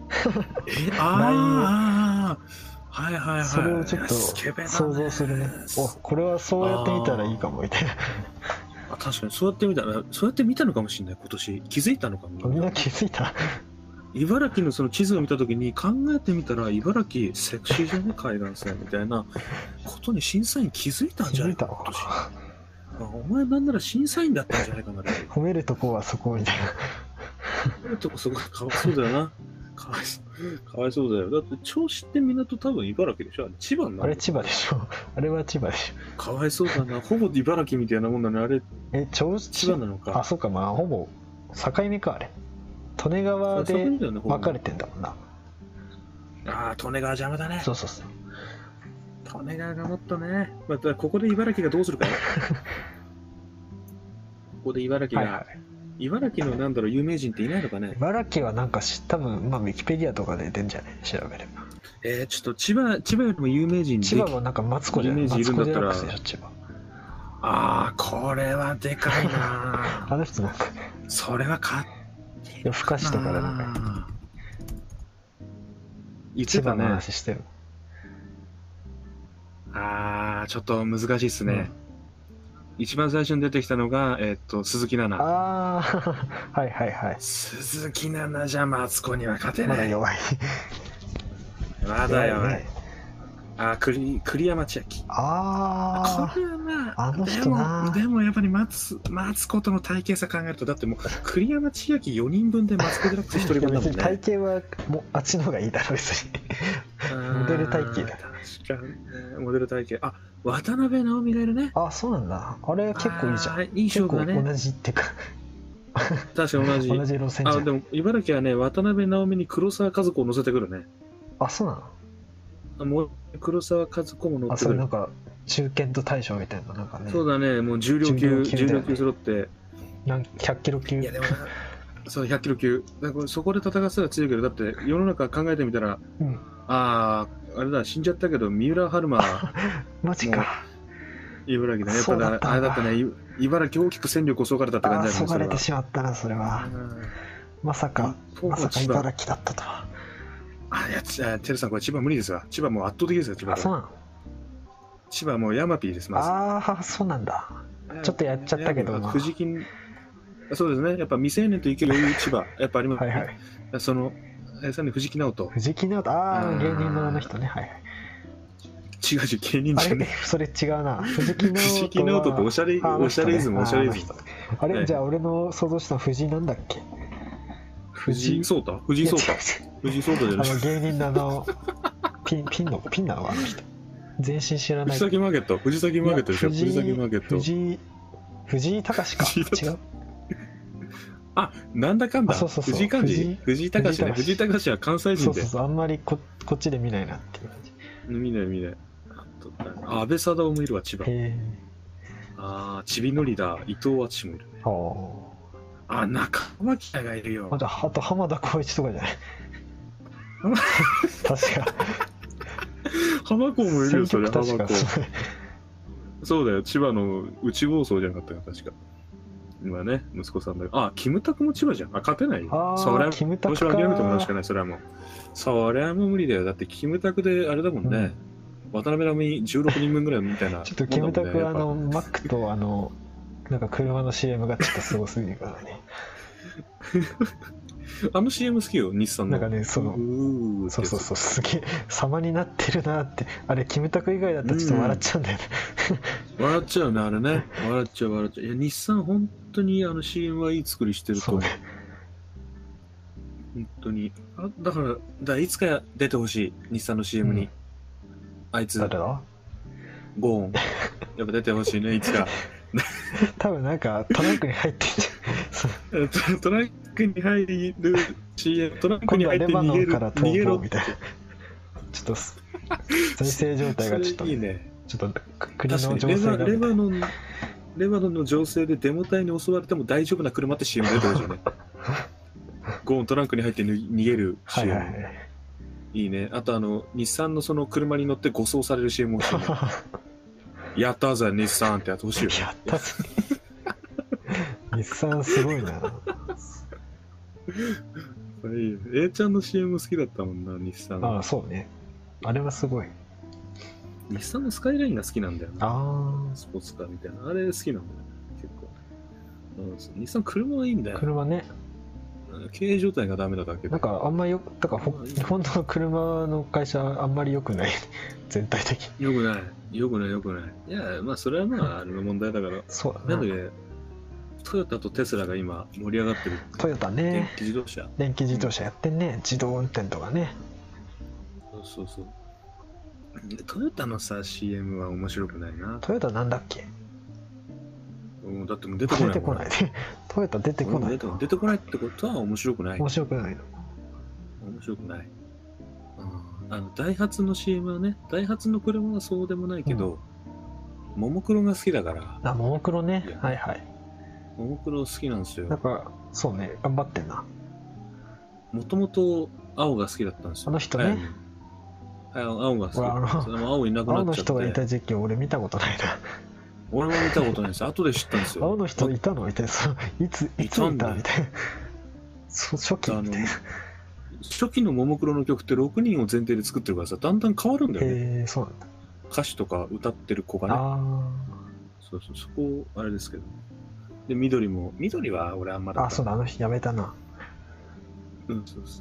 ああはいはいはい。 それをちょっと想像するね。お、これはそうやって見たらいいかもみたいな。 あ、確かにそうやって見たら、そうやって見たのかもしれない。今年気づいたのかも。 みんな気づいた。 茨城のその地図を見たときに考えてみたら、茨城セクシーじゃね海岸線みたいなことに審査員気づいたんじゃないか今年。お前なんなら審査員だったんじゃないかな。 褒めるとこはそこみたいな。 褒めるとこそこかわいそうだよな。かわいそう。かわいそうだよ。だって銚子って港多分茨城でしょ。あれ千葉なの？ あれ千葉でしょ。あれは千葉でしょ。 かわいそうだな。ほぼ茨城みたいなもんだね。あれ。 え、銚子千葉なのか。 あ、そうか、まあほぼ境目かあれ。利根川で分かれてんだもんな。 ああ、利根川邪魔だね。 そうそうそう。 利根川がもっとね。またここで茨城がどうするかよ。ここで茨城が、はいはい、 茨城のなんだろう有名人っていないのかね。 茨城はなんかし多分まあウィキペディアとかで出んじゃね調べれば。 えー、ちょっと千葉千葉よりも有名人で千葉はなんかマツコじゃない。 有名人いるんだったらマツコデラックスでしょ千葉。 ああこれはでかいなあの人なんかそれはか夜更かしとかでなんか言って千葉のたね。 話してる。 ああちょっと難しいっすね、うん、一番最初に出てきたのがえー、っと鈴木奈々。 ああはいはいはい。 鈴木奈々じゃマツコには勝てない。 まだ弱いまだ弱い、ね、あ栗栗山千明。 ああこれはまああの人な。 でもでもやっぱりマツマツコとの体型差考えるとだってもう栗山千明よにんぶんでマツコデラックスひとりぶんだもんね。 体型はもうあっちの方がいいだろ別にモデル体型だ。 確かにねモデル体型。あ渡辺直美がいるね。 あそうなんだ。あれ結構いいじゃん。 いい勝負だね。 同じっていうか確かに同じ同じ路線じゃん。 あでも茨城はね渡辺直美に黒沢和子を乗せてくるね。 あそうなの。 あもう黒沢和子も乗ってくる。 あそれなんか中堅と大将みたいななんかね。 そうだねもう重量級重量級揃ってなんひゃっキロ級。 いやでもそうひゃっキロ級だからそこで戦わせたら強いけどだって世の中考えてみたら、うん、あああれだ死んじゃったけど三浦春馬マジか茨城だねやっぱだあれだったね茨城大きく戦力をそがれたって感じだね。 そがれてしまったなそれは。まさかまさか茨城だったとは。 あいやテルさんこれ千葉無理ですわ。千葉もう圧倒的ですよ千葉。 あそうなの。 千葉もうヤマピーですまず。 ああそうなんだ。ちょっとやっちゃったけど藤木そうですねやっぱ未成年といける余裕千葉やっぱあります。 はいはい。 そのさらに藤木直人。 藤木直人ああ芸人のあの人ねはいはい。 違う違う芸人じゃねそれ違うな。藤木直人藤木直人っておしゃれおしゃれイズムおしゃれイズム。 あれじゃあ俺の想像した藤井なんだっけ。 藤井聡太藤井聡太藤井聡太じゃない。 あの芸人のあのピンピンのピンなのあの人。全身知らない。 藤崎マーケット藤崎マーケットでしょ。藤崎マーケット。 藤井藤井隆か違う。 あなんだかんだそうそうそう藤井寛治藤井隆ね。藤井隆は関西人で。 そうそうそうあんまり こ, こっちで見ないなっていう感じ。 見ない見ない。あ安倍貞夫もいるわ千葉。へあちびのりだ伊藤敦もいるね。あ中脇がいるよ。 あとあと浜田浩一とかじゃない確か浜子もいるよそれ浜子。そうだよ千葉の内房総じゃなかったよ確か。今ね息子さんだよ。あキムタクも千葉じゃん。あ勝てないよ。それはキムタクか。もし諦めてもらうしかない。それはもうそれはもう無理だよ。だってキムタクであれだもんね、うん、渡辺直美じゅうろくにんぶんぐらいみたいな、ね、 ちょっとキムタクはあのマックとあのなんか車の シーエム がちょっとすごすぎるからねあの シーエム 好きよ日産の。 なんかねそのそうそうそうすげえ様になってるなってあれキムタク以外だったらちょっと笑っちゃうんだよね、 うん、笑っちゃうねあれね笑っちゃう笑っちゃう。いや日産本当にあの シーエム はいい作りしてると思う。本当にあだからだからいつか出てほしい日産の シーエム に、うん、あいつ誰だゴーンやっぱ出てほしいねいつか多分なんかトランクに入ってんじゃんトランクに入る シーエム トランクに入って逃げる逃げろみたいなちょっと財政状態がちょっといいね。 ちょっと国の情勢がレバノンレバノンの情勢でデモ隊に襲われても大丈夫な車って シーエム 出てほしいねゴーントランクに入って逃げる シーエム、はいはいはい、いいね。あとあの日産のその車に乗って護送される シーエム 欲しいねやったぜ日産ってやってほしいよ、ね、 やったぜ日産すごいな A ちゃんの シーエム 好きだったもんな日産。 ああそうねあれはすごい。 日産のスカイラインが好きなんだよね。 ああスポーツカーみたいなあれ好きなんだよ結構、うん、日産車はいいんだよ。 車ね経営状態がダメなだけでなんかあんまよだから日本の車の会社あんまり良くない全体的に良くない良くない良くない。いやまあそれはまああれの問題だからそうだな。 なんだっけトヨタとテスラが今盛り上がってる。 トヨタね電気自動車電気自動車やってんね、うん、自動運転とかね。 そうそうそうトヨタのさ シーエム は面白くないな。 トヨタなんだっけ。 うんだってもう出てこない出てこないトヨタ出てこない。 出て、出てこないってことは面白くない。 面白くないの。 面白くない。うん、あのダイハツの シーエム はねダイハツの車はそうでもないけど、うん、ももクロが好きだから。 あももクロねはいはいももクロ好きなんですよ。 なんか、そうね、頑張ってんな。 もともと青が好きだったんですよ。 あの人ね。 はい、青が好きだったんですよ。でも青いなく青のなっちゃって。 人がいた時期俺見たことないな。 俺も見たことないです。後で知ったんですよ。 青の人いたのみたいな。そういつ、いついたみたいな。そう初期みたいな。 初期のももクロの曲ってろくにんを前提で作ってるからさ、だんだん変わるんだよね。 へえ、そうなんだ。 歌詞とか歌ってる子がね。 ああ。 そうそう、そこ、あれですけど。で、緑も、緑は俺あんまだった。 あ、そうだ、あの人やめたな。 うん、そうそう。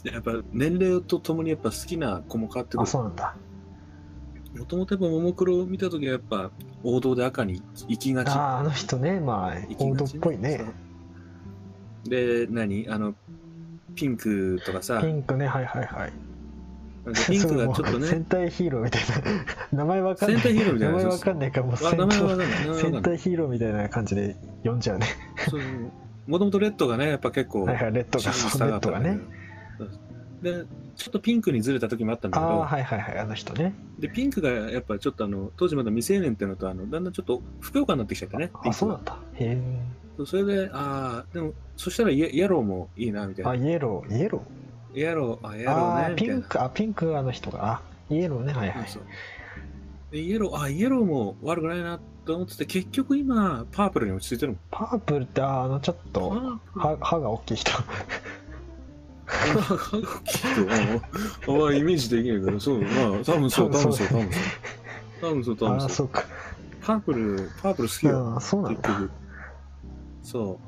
やっぱ年齢とともにやっぱ好きな子も変わってくる。 あ、そうなんだ。 もともとやっぱももクロを見たときはやっぱ王道で赤に行きがち。 ああ、あの人ね、まあ、王道っぽいね。 で、何あの、ピンクとかさ。 ピンクね、はいはいはい。 ピンクがちょっとね。 戦隊ヒーローみたいな。名前わかんない。 戦隊ヒーローみたいな。 名前わかんないからもう戦戦隊ヒーローみたいな感じで呼んじゃうね。 もともとレッドがね、やっぱ結構。 はいはい、レッドが、そうレッドがね。 で、ちょっとピンクにずれた時もあったんだけど。 ああ、はいはいはい、あの人ね。 で、ピンクがやっぱちょっとあの、当時まだ未成年っていうのと、あの、だんだんちょっとふくよかになってきちゃったね。 あ、そうなんだ。へえ。 それで、ああ、でも、そしたらイエイエローもいいな、みたいな。 あ、イエロー、イエローイエロー、あ、イエローね。 ピンク、あ、ピンクあの人が、あ、イエローね、はいはい。 そうでイエロー、あ、イエローも悪くないなと思ってて、結局今、パープルに落ち着いてるもん。 パープルって、あの、ちょっと、歯歯が大きい人。 歯が大きい人、ああ、イメージできないけど、そう、まあ、多分そう、多分そう、多分そう。多分そう、多分そう。 あ、そうか。 パープル、パープル好きよ。 あ、そうなんだ。 そう。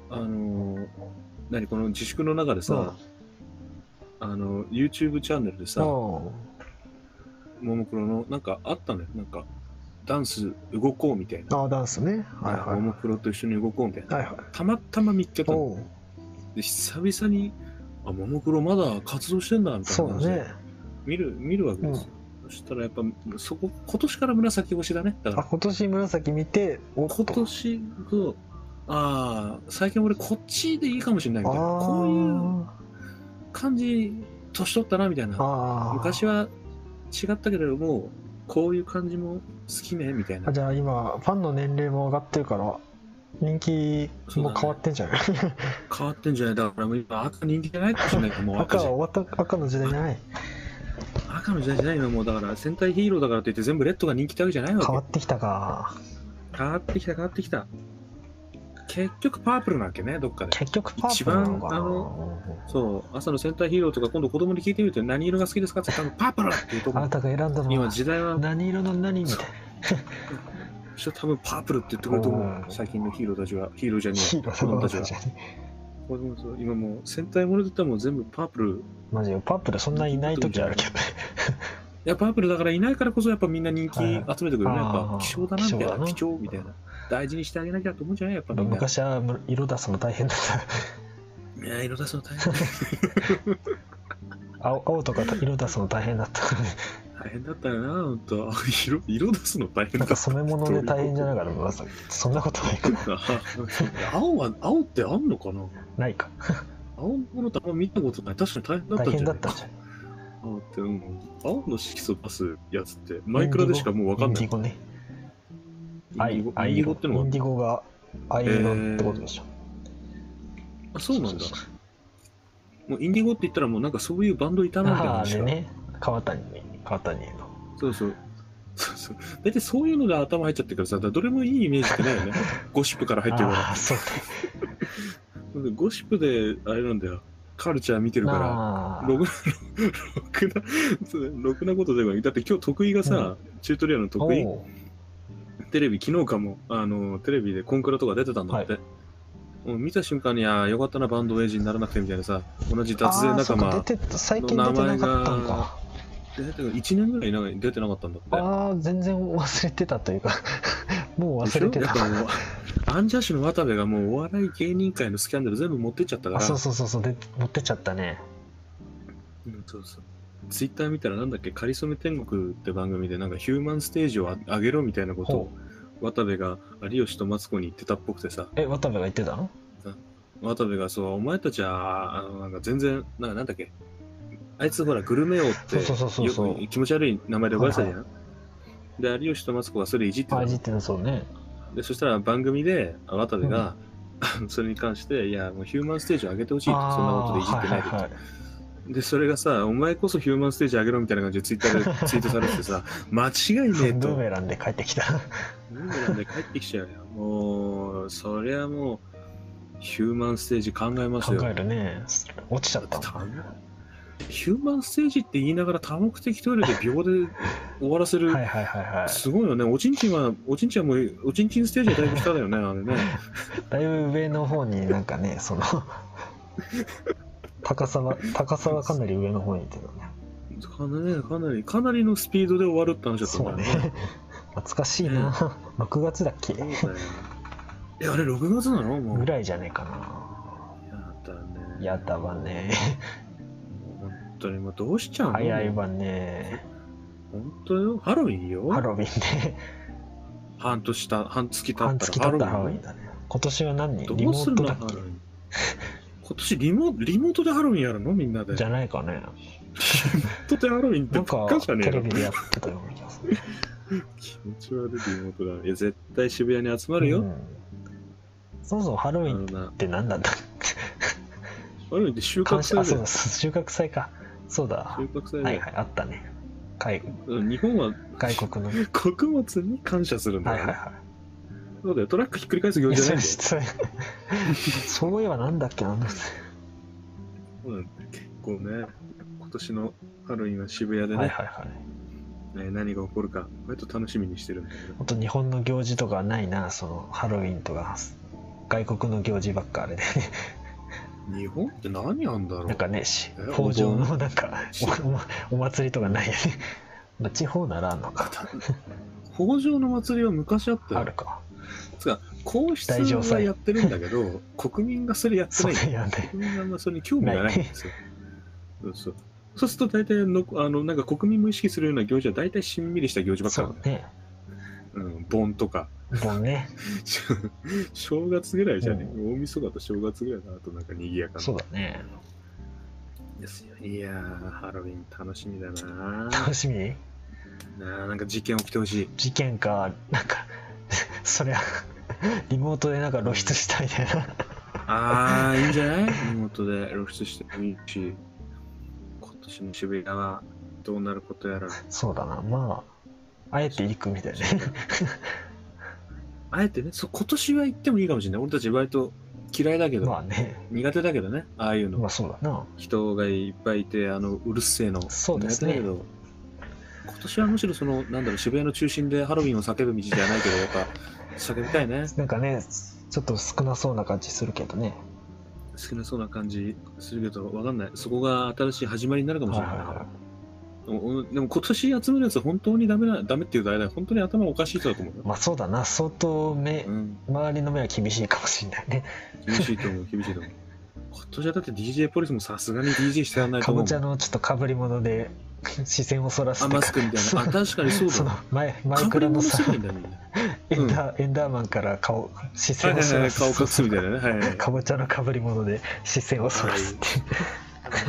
あの、何、この自粛の中でさ、あの、YouTube チャンネルでさ、ももクロの、なんかあったのよ。なんか、ダンス動こうみたいな。 ああ、ダンスね。はいはい。 ももクロと一緒に動こうみたいな。 はいはい。 たまたま見っけたの。で、久々に、あ、ももクロまだ活動してんだみたいな感じで見る、見るわけですよ。そしたらやっぱ、そこ、今年から紫推しだね。だから。 あ、今年紫見て、 今年、そう、ああ、最近俺こっちでいいかもしれないみたいな。こういう感じ、年取ったなみたいな。昔は違ったけれども、こういう感じも好きねみたいな。 じゃあ今、ファンの年齢も上がってるから、人気も変わってんじゃない、ね、 変わってんじゃないだからもう今赤人気じゃないかもしれないけど、もう赤は終わった、赤の時代じゃない。 赤の時代じゃないのもうだから戦隊ヒーローだからといって全部レッドが人気ってわけじゃないわけ。 変わってきたか。 変わってきた変わってきた。結局パープルなわけね、どっかで。 結局パープルなのかな。 一番あのそう、朝の戦隊ヒーローとか今度子供に聞いてみると何色が好きですかって多分パープルっていうところ。 あなたが選んだのは今時代は何色の何みたいな。 そしたら多分パープルって言ってくれると思う。最近のヒーローたちは、ヒーローじゃねえ。 ヒーロー子供たちは。今もう戦隊ものだったらもう全部パープル。 マジよ、パープルそんないない時あるけど。 いや、パープルだからいないからこそやっぱみんな人気集めてくるね。やっぱ希少だなみたいな。貴重みたいな。大事にしてあげなきゃと思うんじゃないやっぱみんな。 昔は色出すの大変だった。 いや、色出すの大変だ青青とか色出すの大変だった。 大変だったよな、ほんと。色、色出すの大変だった。 なんか染め物で大変じゃなかったまさそんなことないかな。 青は、青ってあんのかなないか。 青物ってあんま見たことない。確かに大変だったんじゃない。 大変だったんじゃない。 青って、うん。青の色素出すやつって、マイクラでしかもうわかんない。 インディゴね。 インディゴってのはインディゴが藍色ってことでしょ。 あ、そうなんだ。もうインディゴって言ったらもうなんかそういうバンドいたなみたいな話が。ああ、ね。川谷に、川谷の。 そうそう。そうそう。大体そういうので頭入っちゃってるからさ、どれもいいイメージってないよね。ゴシップから入ってるから。 ああ、そうね。ゴシップで、あれなんだよ。カルチャー見てるから、ろくな、ろくな、ろくなことではない。だって今日得意がさ、うん、チュートリアルの得意テレビ、昨日かも、あの、テレビでコンクラとか出てたんだって。はい、もう見た瞬間に、ああ、よかったな、バンドエイジにならなくてみたいなさ、同じ脱税仲間の名前が、いちねんぐらい出てなかったんだって。 ああ、全然忘れてたというか、もう忘れてた。 アンジャッシュの渡部がもうお笑い芸人界のスキャンダル全部持ってっちゃったから。 そうそうそうそう、で持ってっちゃったね。 うん、そうそう。ツイッター見たらなんだっけ、かりそめ天国って番組でなんかヒューマンステージを上げろみたいなことを渡部が有吉とマツコに言ってたっぽくてさ。 え、渡部が言ってたの？ 渡部がそう、お前たちは、あの、なんか全然、なんかなんだっけ、あいつほらグルメ王って気持ち悪い名前で呼ばれてたじゃん。はいはい、で、有吉とマツコがそれいじってた。 あ、いじってた、そうね。 でそしたら番組で渡部が、うん、それに関していやもうヒューマンステージを上げてほしいと、そんなことでいじってないで、はいはいはい、でそれがさお前こそヒューマンステージ上げろみたいな感じでツイッターでツイートされててさ間違いねえとブーメランで帰ってきたブーメランで帰ってきちゃうよ。もうそりゃもうヒューマンステージ考えますよ。 考えるね。落ちちゃったヒューマンステージって言いながら多目的トイレで秒で終わらせるはいはいはい、はい、 すごいよね。おちんちんはおちんちんはもうおちんちんステージはだいぶ下だよねあれねだいぶ上の方になんかねその高さは高さはかなり上の方にいてるね。 かなりかなりかなりのスピードで終わるって話だったんだよね。 そうね懐かしいな、ね、ろくがつだっけ。 えあれろくがつなのもうぐらいじゃねえかな。 やだねやだわね本当にもうどうしちゃうの。 早いわね。 本当よ。ハロウィンよ。 ハロウィンで半年た半月経ったら半月経ったらハロウィンだね。今年は何人どうするのハロウィン今年リモリモートでハロウィンやるのみんなで。 じゃないかね。 リモートでハロウィンってばっかじゃねえの。 テレビでやってたような気がする気持ち悪いリモートだ。いや絶対渋谷に集まるよ、うん、 そもそもハロウィンって何なんだハロウィンって収穫祭だよ。 そう収穫祭か。そうだ収穫祭だはいはいあったね。海日本は外国の穀物に感謝するんだよね。はいはいはい。そうだよ。トラックひっくり返す行事じゃないんだよ。 そういえばなんだっけなんだっけ。 そうなんだ結構ね今年のハロウィンは渋谷でね。はいはいはい。ね、何が起こるか割と楽しみにしてるんだけど。 ほんと日本の行事とかないな。そのハロウィンとか外国の行事ばっかあれで日本って何あんだろう。 なんかね北条のなんか お, お, お祭りとかないよねまあ地方ならあんのか北条の祭りは昔あったよ。 あるか。 つか皇室はやってるんだけど国民がそれやってない。 そうや、ね、 国民がそれに興味がないんですよそうそうそうすると大体のあのなんか国民も意識するような行事は大体しんみりした行事ばっかりなんだよ。そうね。うん、盆とか。 盆ね。 正月ぐらいじゃね、うん、大晦日と正月ぐらいだなとなんか賑やかな。 そうだね。 ですよ。いやーハロウィン楽しみだな。 楽しみ？ なあなんか事件起きてほしい。 事件かなんかそりゃリモートでなんか露出したいみたいな。 ああいいんじゃない？リモートで露出してもいいし。今年の渋谷はどうなることやら。そうだな。まああえて行くみたいなあえてねそ今年は行ってもいいかもしれない。俺たち割と嫌いだけど、 まあね、 苦手だけどねああいうの。 まあそうだな。 人がいっぱいいてあのうるせえの。 そうですね。 苦手だけど今年はむしろそのなんだろう渋谷の中心でハロウィンを叫ぶ道じゃないけどやっぱ叫びたいね。 なんかねちょっと少なそうな感じするけどね。 少なそうな感じするけどわかんない。そこが新しい始まりになるかもしれない。はいはいはい、でも今年集めるやつ本当にダメなダメっていうとあれだ本当に頭おかしい人だと思うよ。 まあそうだな。相当目、うん、周りの目は厳しいかもしれないね。 厳しいと思う厳しいと思う。今年はだって ディージェー ポリスもさすがに ディージェー してやらないと思う。 かぼちゃのちょっとかぶり物で視線をそらすあマスクみたいな。あ確かにそうだ。その前前からのさエンダー、うん、エンダーマンから顔視線をそらす、 はいはいはい、顔隠すみたいなね、はいはい、 かぼちゃのかぶり物で視線をそらすっていう、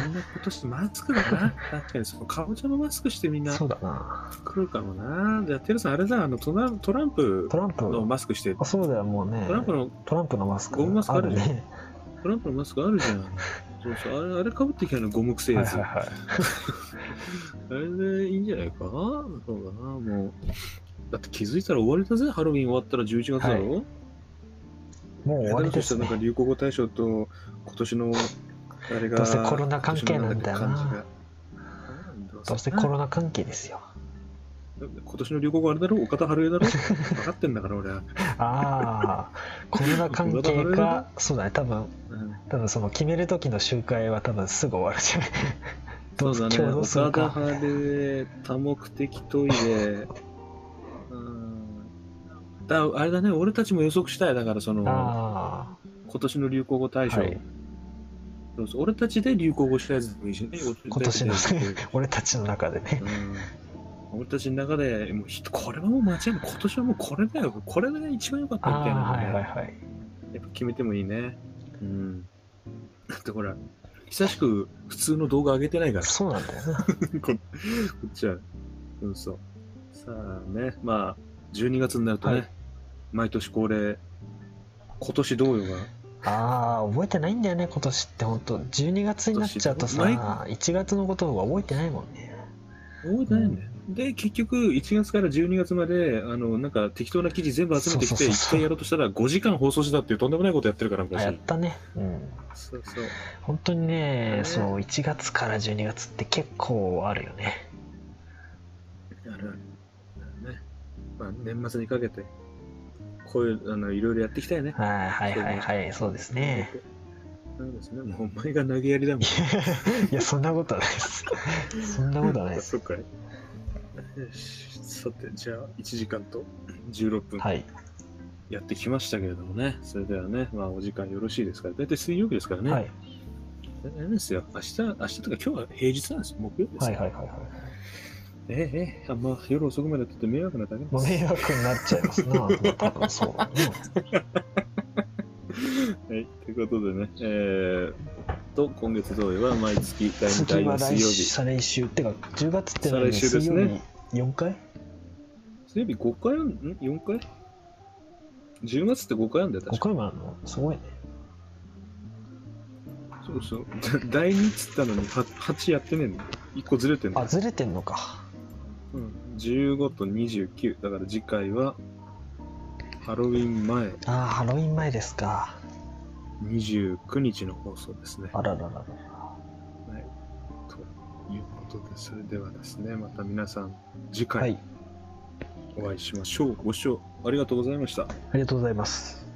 みんな今年マスクだな。確かにそのかぼちゃのマスクしてみんなそうだな来るかもな。じゃあテルさんあれだあのトラトランプのマスクして。 あそうだよもうね。トランプのトランプのマスクゴムマスクあるじゃん、ね、トランプのマスクあるじゃん。そうそうあれあれかぶってきたのゴムくせえやつ、はいはいはい、あれでいいんじゃないか。そうだな。もうだって気づいたら終わりだぜ。ハロウィン終わったらじゅういちがつだろ、はい、もう終わりですね。 なんか流行語大賞と今年のあれがどうせコロナ関係なんだよな。どうせコロナ関係ですよ。 今年の流行語あれだろ岡田春江だろ分かってんだから俺は。 ああコロナ関係かそうだね多分、うん、多分その決める時の集会は多分すぐ終わるじゃない。 どうそうだね岡田春江多目的トイレだあれだね俺たちも予測したい。だからその今年の流行語大賞、はい、そうそう俺たちで流行語したやつでもいいしね。 今年の俺たちの中でね、 うん、俺たちの中でもうこれはもう間違いない今年はもうこれだよこれが一番良かったみたいなのね、はいはいはい、やっぱ決めてもいいね。うんだってほら久しく普通の動画上げてないから。 そうなんだよなこ, こっちはそうそうさあねまあじゅうにがつになるとね、はい、 毎年恒例、今年どうよが。 ああ、覚えてないんだよね、今年って本当じゅうにがつになっちゃうとさ、いちがつのことが覚えてないもんね。 覚えてないんだよ。うん、で、結局、いちがつからじゅうにがつまで、あの、なんか適当な記事全部集めてきて、いっかいやろうとしたらごじかん放送したっていうとんでもないことやってるから、昔。 あ、やったね。うん。 そうそう。 本当にね、そう、いちがつからじゅうにがつって結構あるよね。 あるある。ね。まあ、年末にかけて、こういう、あの、いろいろやっていきたいね。 はいはいはいはい、そうですね。 そうですね。もうお前が投げやりだもん。 いや、そんなことはないです。そんなことはないです。 そっかい。よし。さて、じゃあ、いちじかんとじゅうろっぷん。 はい。 やってきましたけれどもね。それではね、まあ、お時間よろしいですから。大体水曜日ですからね。はい。あれですよ。明日、明日とか今日は平日なんですよ。木曜日ですよ。はいはいはいはい。ええええ、あんま夜遅くまでやってて迷惑なだけです。 迷惑になっちゃいますな。多分そうだね。 はい、ということでね、えー、と、今月同様は毎月だいに、だいよん水曜日。 再来週。ってか、じゅうがつって何、 再来週ですね。 よんかい水曜日ごかいあんん ?よん 回 ?じゅうがつってごかいあんだよ、確か。 ごかいもあるのすごいね。 そうそう。だいにっつったのにはちやってねえの。いっこずれてんの。 あ、ずれてんのか。 うん。じゅうごとにじゅうきゅう。だから次回は、ハロウィン前。 ああ、ハロウィン前ですか。 にじゅうくにちの放送ですね。 あららららら。 はい。ということで、それではですね、また皆さん、次回、お会いしましょう。ご視聴ありがとうございました。ありがとうございます。